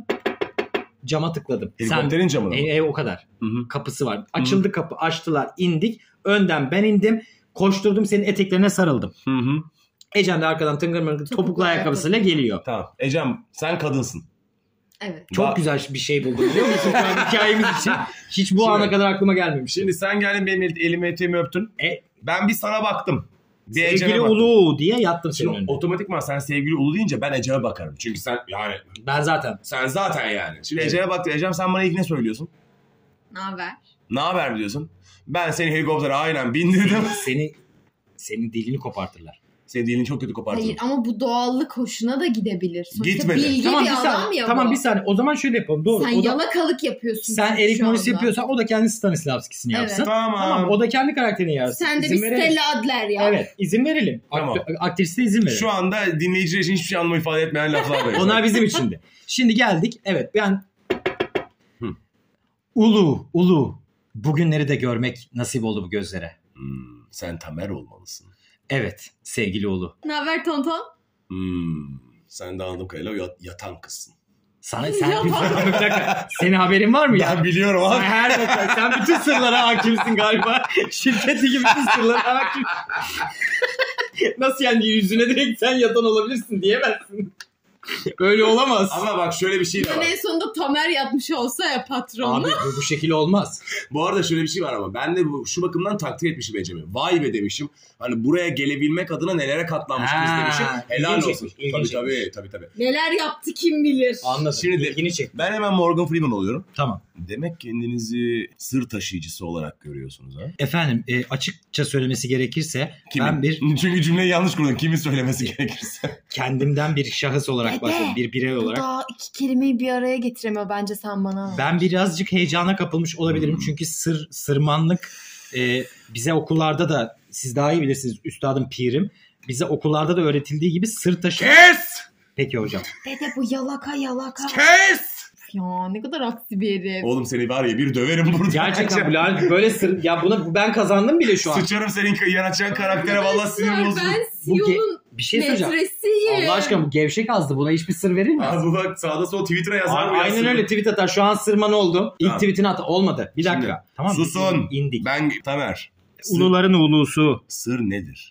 S3: Cama tıkladım.
S2: Helikopterin camına mı?
S3: Ev, ev o kadar.
S2: Hı hı.
S3: Kapısı var. Açıldı kapı açtılar indik. Önden ben indim. Koşturdum senin eteklerine sarıldım.
S2: Hı hı.
S3: Ecem de arkadan tıngır mıngır topuklu,
S1: Topuklu
S3: ayakkabısıyla geliyor.
S2: Tamam. Ecem sen kadınsın.
S1: Evet.
S3: Çok
S2: Ba-
S3: güzel bir şey buldum biliyor musun? Şu an hikayemiz için. Hiç bu
S2: Şimdi-
S3: ana kadar aklıma gelmemiş.
S2: Şimdi sen geldin benim el- elimi eteğimi öptün.
S3: E,
S2: Ben bir sana baktım. Bir
S3: sevgili
S2: Ecem'e baktım.
S3: Ulu diye yattım senin
S2: Şimdi
S3: önünde.
S2: otomatikman sen sevgili Ulu deyince ben Ecem'e bakarım. Çünkü sen yani
S3: Ben zaten.
S2: sen zaten yani. Şimdi Ecem'e baktım. Ecem sen bana ilk ne söylüyorsun?
S1: Ne haber?
S2: Ne haber diyorsun? Ben seni helikoptere aynen bindirdim.
S3: Seni senin dilini kopartırlar.
S2: Senin dilini çok kötü koparttın.
S1: Hayır ama bu doğallık hoşuna da gidebilir. Sonuçta
S2: Gitmedi.
S1: bilgi
S3: Tamam
S1: bir
S3: bir
S1: adam
S3: saniye.
S1: ya
S3: Tamam
S1: bu.
S3: bir saniye. O zaman şöyle yapalım. Doğru.
S1: Sen
S3: o da,
S1: yalakalık yapıyorsun.
S3: sen
S1: çünkü
S3: Eric
S1: şu
S3: Morris
S1: anda.
S3: yapıyorsan o da kendi Stanislavski'sini
S1: Evet.
S3: yapsın.
S2: Tamam.
S3: Tamam o da kendi karakterini yazsın.
S1: Sen de
S3: İzin
S1: bir
S3: verelim.
S1: Stella Adler ya.
S3: Evet izin verelim.
S2: Tamam.
S3: Aktö- Aktriste izin verelim.
S2: Şu anda dinleyiciler için hiçbir şey anlamı ifade etmeyen laflar böyle.
S3: Onlar bizim içindi. Şimdi geldik. Evet ben
S2: Hı.
S3: Ulu, ulu. Bugünleri de görmek nasip oldu bu gözlere.
S2: Hmm, sen Tamer olmalısın.
S3: Evet sevgili Ulu.
S1: Ne haber Tonton?
S2: Hmm, sen de anladığım kadarıyla yat- yatan kızsın.
S3: Sana sen bir dakika. Senin haberin var mı ya?
S2: Ben biliyorum abi.
S3: Sen her dakika sen bütün sırlara hakimsin galiba. Şirketteki bütün sırlara hakim. Nasıl yani yüzüne direkt sen yatan olabilirsin diyemezsin. Öyle olamaz.
S2: Ama bak şöyle bir şey de var.
S1: En sonunda Tamer yatmış olsa ya patronla.
S3: Abi bu, bu şekilde olmaz.
S2: Bu arada şöyle bir şey var ama ben de bu, şu bakımdan takdir etmişim Ecem'i. Vay be demişim. Hani buraya gelebilmek adına nelere katlanmış kız
S3: Ha,
S2: demişim. Helal
S3: ilginç
S2: olsun.
S3: çekmiş,
S2: Tabii
S3: ilginç
S2: tabii,
S3: çekmiş.
S2: tabii tabii.
S1: Neler yaptı kim bilir.
S3: Anladım.
S2: Şimdi de-
S3: İlgini çek.
S2: Ben hemen Morgan Freeman oluyorum.
S3: Tamam.
S2: Demek kendinizi sır taşıyıcısı olarak görüyorsunuz ha?
S3: Efendim e, açıkça söylemesi gerekirse
S2: Kimin?
S3: ben bir
S2: Çünkü cümleyi yanlış kurdun. Kimin söylemesi gerekirse.
S3: kendimden bir şahıs olarak
S1: Dede,
S3: bahsediyorum. Bir birey
S1: Bu
S3: olarak.
S1: daha iki kelimeyi bir araya getiremiyor bence sen bana.
S3: Ben birazcık heyecana kapılmış olabilirim.
S2: Hmm.
S3: Çünkü sır sırmanlık e, bize okullarda da siz daha iyi bilirsiniz üstadım pirim. Bize okullarda da öğretildiği gibi sır taşı.
S2: Kes!
S3: Peki hocam.
S1: Dede bu yalaka yalaka.
S2: Kes!
S1: Ya ne kadar aksi bir herif.
S2: Oğlum seni var ya bir döverim burada.
S3: Gerçekten bu lanet böyle sır ya buna ben kazandım bile şu an.
S2: Sıçarım senin yaratacağın karaktere vallahi sinirim bozuldu.
S1: Ben
S3: Bu ge-
S1: Siyon'un
S3: bir şey söyleyeceğim.
S1: metresiyim.
S3: Allah aşkına bu gevşek azdı. Buna hiçbir sır verir mi?
S2: Abi bak sağda sol Twitter'a yazar mı?
S3: Aynen öyle tweet atar. Şu an sırman oldu. İlk
S2: Tamam.
S3: tweetini at. Olmadı. Bir dakika.
S2: Şimdi,
S3: tamam mı?
S2: Susun.
S3: İndik.
S2: Ben Tamer. Sır,
S3: Uluların ulusu.
S2: sır nedir?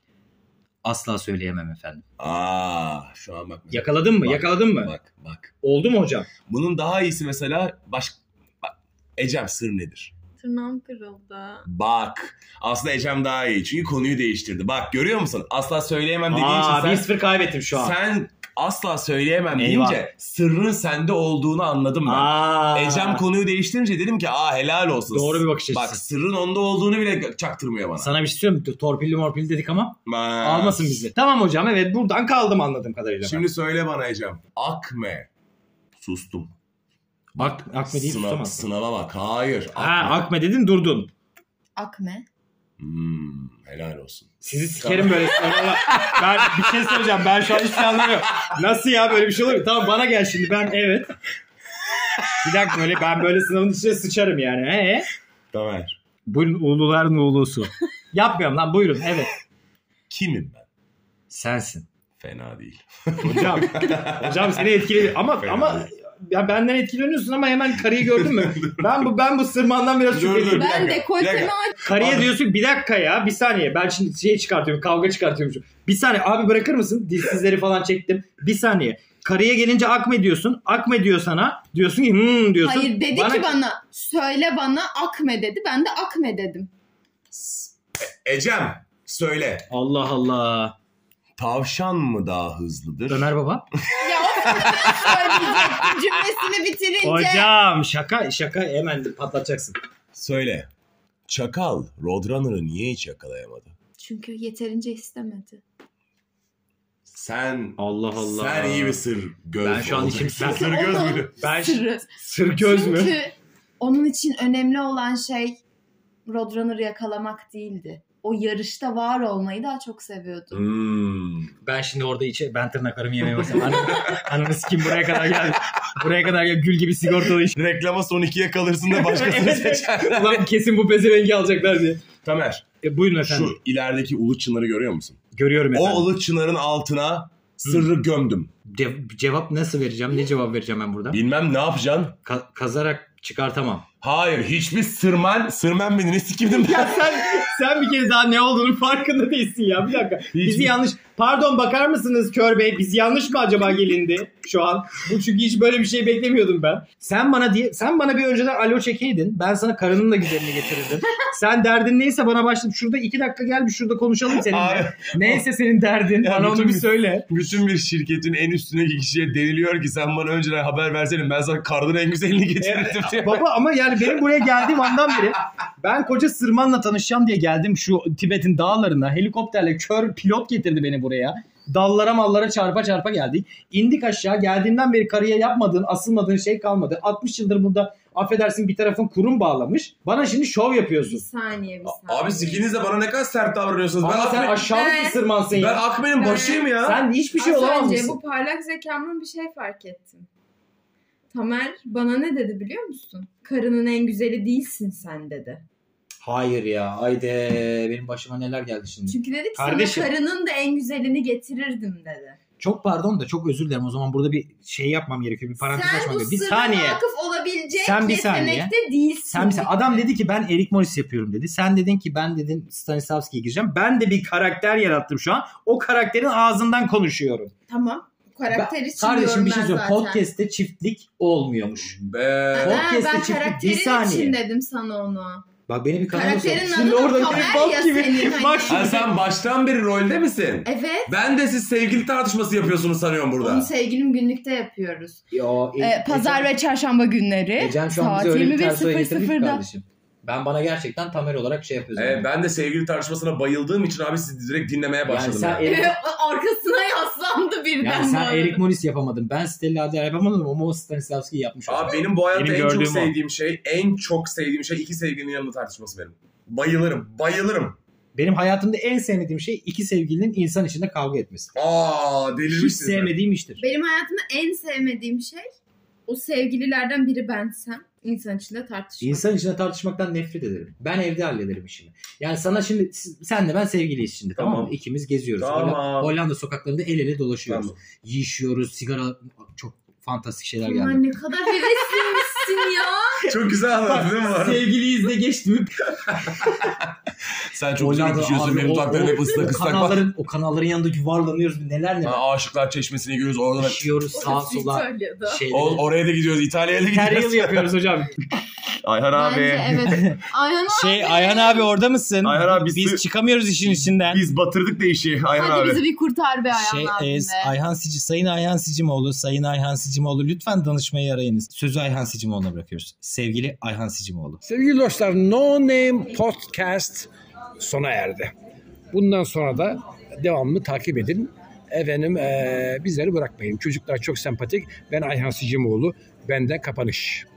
S3: Asla söyleyemem efendim.
S2: Aa, şu an bak.
S3: Yakaladın mı?
S2: Bak,
S3: Yakaladın mı?
S2: Bak bak.
S3: Oldu mu hocam?
S2: Bunun daha iyisi mesela baş... Bak, Ecem sır nedir?
S1: Tırnağım kırıldı.
S2: Bak. Aslında Ecem daha iyi. Çünkü konuyu değiştirdi. Bak görüyor musun? Asla söyleyemem dediğin
S3: Aa,
S2: için
S3: bir
S2: sen,
S3: sıfır kaybettim şu an.
S2: sen asla söyleyemem
S3: Eyvah.
S2: deyince sırrın sende olduğunu anladım ben.
S3: Aa.
S2: Ecem konuyu değiştirince dedim ki aa helal olsun.
S3: Doğru bir bakış açısı.
S2: Bak sırrın onda olduğunu bile çaktırmıyor bana.
S3: Sana bir şey söyleyeyim mi? Torpilli morpilli dedik ama
S2: Ma-
S3: almasın bizi. Tamam hocam evet buradan kaldım anladığım kadarıyla.
S2: Şimdi söyle bana Ecem. Akme. Sustum.
S3: Bak Akme değil
S2: Sınav,
S3: tutamazsın.
S2: sınava bak. Hayır.
S3: Ha Akme dedin durdun.
S1: Akme.
S2: Hmm, helal olsun.
S3: Sizi sikerim böyle sınavla. Ben bir şey söyleyeceğim. Ben şu an hiçbir şey anlamıyorum. Nasıl ya böyle bir şey olur mu? Tamam bana gel şimdi ben evet. Bir dakika böyle ben böyle sınavın içine sıçarım yani. Ee?
S2: Tamer.
S3: Buyurun uluların ulusu. Yapmıyorum lan buyurun evet.
S2: Kimim ben?
S3: Sensin.
S2: Fena değil.
S3: Hocam. Hocam seni etkiledi ama
S2: Fena
S3: ama
S2: değil.
S3: ya benden etkileniyorsun ama hemen karıyı gördün mü? Ben bu ben bu sırmandan biraz
S2: Dur,
S3: şüpheliyim.
S2: dur. Bir
S1: Ben
S2: dakika, bir
S1: dekoltemi
S2: dakika.
S1: aç.
S3: Karıya diyorsun bir dakika ya bir saniye ben şimdi şey çıkartıyorum kavga çıkartıyorum. Bir saniye abi bırakır mısın? Dilsizleri falan çektim. Bir saniye. Karıya gelince akme diyorsun. Akme diyor sana. Diyorsun ki hmm diyorsun.
S1: Hayır dedi
S3: Bana-
S1: ki bana söyle bana Akme dedi. Ben de Akme dedim.
S2: Ecem söyle.
S3: Allah Allah.
S2: Tavşan mı daha hızlıdır?
S3: Ömer baba.
S1: Ya o söyleyecektim cümlesini bitirince.
S3: Hocam şaka şaka hemen patlatacaksın.
S2: Söyle. Çakal Roadrunner'ı niye hiç yakalayamadı?
S1: Çünkü yeterince istemedi.
S2: Sen
S3: Allah Allah.
S2: sen iyi bir sır göz.
S3: Ben şu an
S2: olacaksın.
S3: içim- ben-
S2: sır göz
S1: Onun
S2: müydü?
S3: Ben
S1: sırrı.
S3: sır göz mü?
S1: Çünkü onun için önemli olan şey Roadrunner'ı yakalamak değildi. O yarışta var olmayı daha çok seviyordu.
S2: Hmm.
S3: Ben şimdi orada içe ben tırnaklarımı yemeye başladım. Ananı, ananı sikeyim buraya kadar geldi. Buraya kadar gel gül gibi sigortalı iş.
S2: Reklama son ikiye kalırsın da başkasını
S3: Evet.
S2: seçer.
S3: Ulan kesin bu pezevengi alacaklar diye.
S2: Tamer
S3: E, buyurun efendim.
S2: şu ilerideki ulu çınarı görüyor musun?
S3: Görüyorum efendim.
S2: O ulu çınarın altına sırrı gömdüm.
S3: Ce- cevap nasıl vereceğim? Ne cevap vereceğim ben burada?
S2: Bilmem ne yapacaksın?
S3: Ka- kazarak çıkartamam.
S2: Hayır hiçbir sırman, sırmen beni ne sikimdim
S3: Ya sen sen bir kere daha ne olduğunu farkında değilsin ya. Bir dakika. Bizi
S2: mi?
S3: yanlış... Pardon bakar mısınız Kör Bey? Bizi yanlış mı acaba gelindi şu an? Bu çünkü hiç böyle bir şey beklemiyordum ben. Sen bana diye sen bana bir önceden alo çekeydin. Ben sana karının da güzelini getirirdim. Sen derdin neyse bana başlayıp şurada iki dakika gel bir şurada konuşalım seninle.
S2: Abi.
S3: Neyse senin derdin.
S2: Ya
S3: bana onu
S2: bütün
S3: bir
S2: bir-
S3: söyle.
S2: Bütün bir şirketin en üstündeki kişiye deniliyor ki sen bana önceden haber verseydin ben sana karnın en güzelini getirirdim diye.
S3: Baba ama yani benim buraya geldiğim andan beri ben koca sırmanla tanışacağım diye geldim şu Tibet'in dağlarına. Helikopterle kör pilot getirdi beni buraya. Dallara mallara çarpa çarpa geldik. İndik aşağı. Geldiğinden beri karıya yapmadığın, asılmadığın şey kalmadı. altmış yıldır burada affedersin bir tarafın kurum bağlamış. Bana şimdi şov
S1: Bir
S3: yapıyorsun.
S1: saniye bir saniye.
S2: Abi sikiniz de bana ne kadar sert davranıyorsunuz.
S3: Ama
S2: ben
S3: sen
S2: Akme-
S3: aşağılık bir
S1: Ben-
S3: sırmansın
S2: ben
S3: ya.
S2: Akme'nin başıyım ya.
S3: Sen hiçbir şey
S1: Az
S3: olamaz
S1: önce
S3: mısın?
S1: bu parlak zekamdan bir şey fark ettim. Tamer bana ne dedi biliyor musun? Karının en güzeli değilsin sen dedi.
S3: Hayır ya. Haydi benim başıma neler geldi şimdi.
S1: Çünkü dedi ki
S3: Kardeşim,
S1: sana karının da en güzelini getirirdim dedi.
S3: Çok pardon da çok özür dilerim. O zaman burada bir şey yapmam gerekiyor. Bir parantez
S1: Sen
S3: açmam
S1: bu
S3: gerekiyor. Bir
S1: sırra
S3: saniye.
S1: vakıf olabilecek
S3: Sen bir saniye.
S1: yetenekte değilsin.
S3: Sen bir saniye. Adam dedi ki ben Eric Morris yapıyorum dedi. Sen dedin ki ben dedin Stanislavski'ye gireceğim. Ben de bir karakter yarattım şu an. O karakterin ağzından konuşuyorum.
S1: Tamam. Karakter için
S3: Kardeşim
S1: diyorum
S3: bir şey
S1: ben
S3: söyleyeyim.
S1: zaten.
S3: Podcast'te çiftlik olmuyormuş.
S2: Be.
S1: Ha,
S3: Podcast'te
S1: ben
S3: çiftlik-
S1: karakterin
S3: bir saniye.
S1: için dedim sana onu.
S3: Bak beni bir kanala
S1: Karakterin
S3: sok.
S1: adı da
S3: orada
S1: Tamer
S3: bal
S1: ya
S3: gibi.
S1: senin,
S3: Bak
S1: hani.
S3: şimdi.
S2: Ha, sen baştan beri rolde misin?
S1: Evet.
S2: Ben de siz sevgili tartışması yapıyorsunuz sanıyorum burada.
S1: Onu sevgilim günlükte yapıyoruz.
S3: Yo, e,
S1: Ee, Pazar
S3: Ecem-
S1: ve çarşamba günleri
S3: Ecem şu an
S1: saat
S3: bize öyle bir
S1: yirmi bir
S3: tersoya
S1: sıfır
S3: getirdi ki
S1: sıfırda.
S3: kardeşim. Ben bana gerçekten Tamer olarak şey yapıyorsun.
S2: Evet, ben de sevgili tartışmasına bayıldığım için abi sizi direkt dinlemeye başladım.
S3: sen
S2: Yani.
S3: Eric-
S1: Arkasına yaslandı birden.
S3: Yani
S1: bu
S3: sen
S1: arada.
S3: Eric Morris yapamadın. Ben Stella Adler yapamadım ama o Stanislavski'yi yapmış.
S2: Abi benim bu hayatta
S3: Benim
S2: en çok
S3: gördüğüm o.
S2: sevdiğim şey, en çok sevdiğim şey iki sevgilinin yanında tartışması benim. Bayılırım, bayılırım.
S3: Benim hayatımda en sevmediğim şey iki sevgilinin insan içinde kavga etmesi.
S2: Aa,
S3: Hiç
S2: delirmişsiniz.
S3: sevmediğim iştir.
S1: Benim hayatımda en sevmediğim şey o sevgililerden biri bensem insan içinde tartışmak.
S3: İnsan içinde tartışmaktan nefret ederim. Ben evde hallederim işimi. Yani sana şimdi senle ben sevgiliyiz şimdi, tamam,
S2: Tamam.
S3: mı? İkimiz geziyoruz.
S2: Tamam.
S3: Holla- Hollanda sokaklarında el ele dolaşıyoruz.
S2: Tamam.
S3: Yiyişiyoruz, sigara, çok fantastik şeyler
S1: Aman
S3: geldi.
S1: ne kadar hevesliymişsin ya.
S2: Çok güzel anlattın değil mi bana?
S3: Sevgiliyiz de geçti mi?
S2: Sen çok güzel düşüyorsun. Benim dudaklarım hep ıslak ıslak. Bak.
S3: kanalların, o kanalların yanında yuvarlanıyoruz. Neler neler.
S2: Ha, Aşıklar Çeşmesi'ni görüyoruz. Oradan
S3: Yaşıyoruz sağa
S1: Orası
S3: sola.
S1: İtalya'da.
S3: Şeyleri.
S2: o, oraya da gidiyoruz. İtalya'ya da
S3: Her
S2: gidiyoruz.
S3: yıl yapıyoruz hocam.
S2: Ayhan abi.
S1: Bence evet. Ayhan abi.
S4: Şey Ayhan abi orada mısın?
S2: Ayhan abi,
S4: Biz
S2: sı-
S4: çıkamıyoruz işin içinden.
S2: Biz batırdık da işi Ayhan
S1: Hadi
S2: abi.
S1: bizi bir kurtar be Ayhan
S4: Şey,
S1: abim
S4: e,
S1: be.
S4: Ayhan Sici, Sayın Ayhan Sicimoğlu, Sayın Ayhan Sicimoğlu lütfen danışmayı arayınız. Sözü Ayhan Sicimoğlu'na bırakıyoruz. Sevgili Ayhan Sicimoğlu.
S5: Sevgili dostlar, No Name Podcast sona erdi. Bundan sonra da devamlı takip edin. Efendim eee bizleri bırakmayın. Çocuklar çok sempatik. Ben Ayhan Sicimoğlu. Benden kapanış.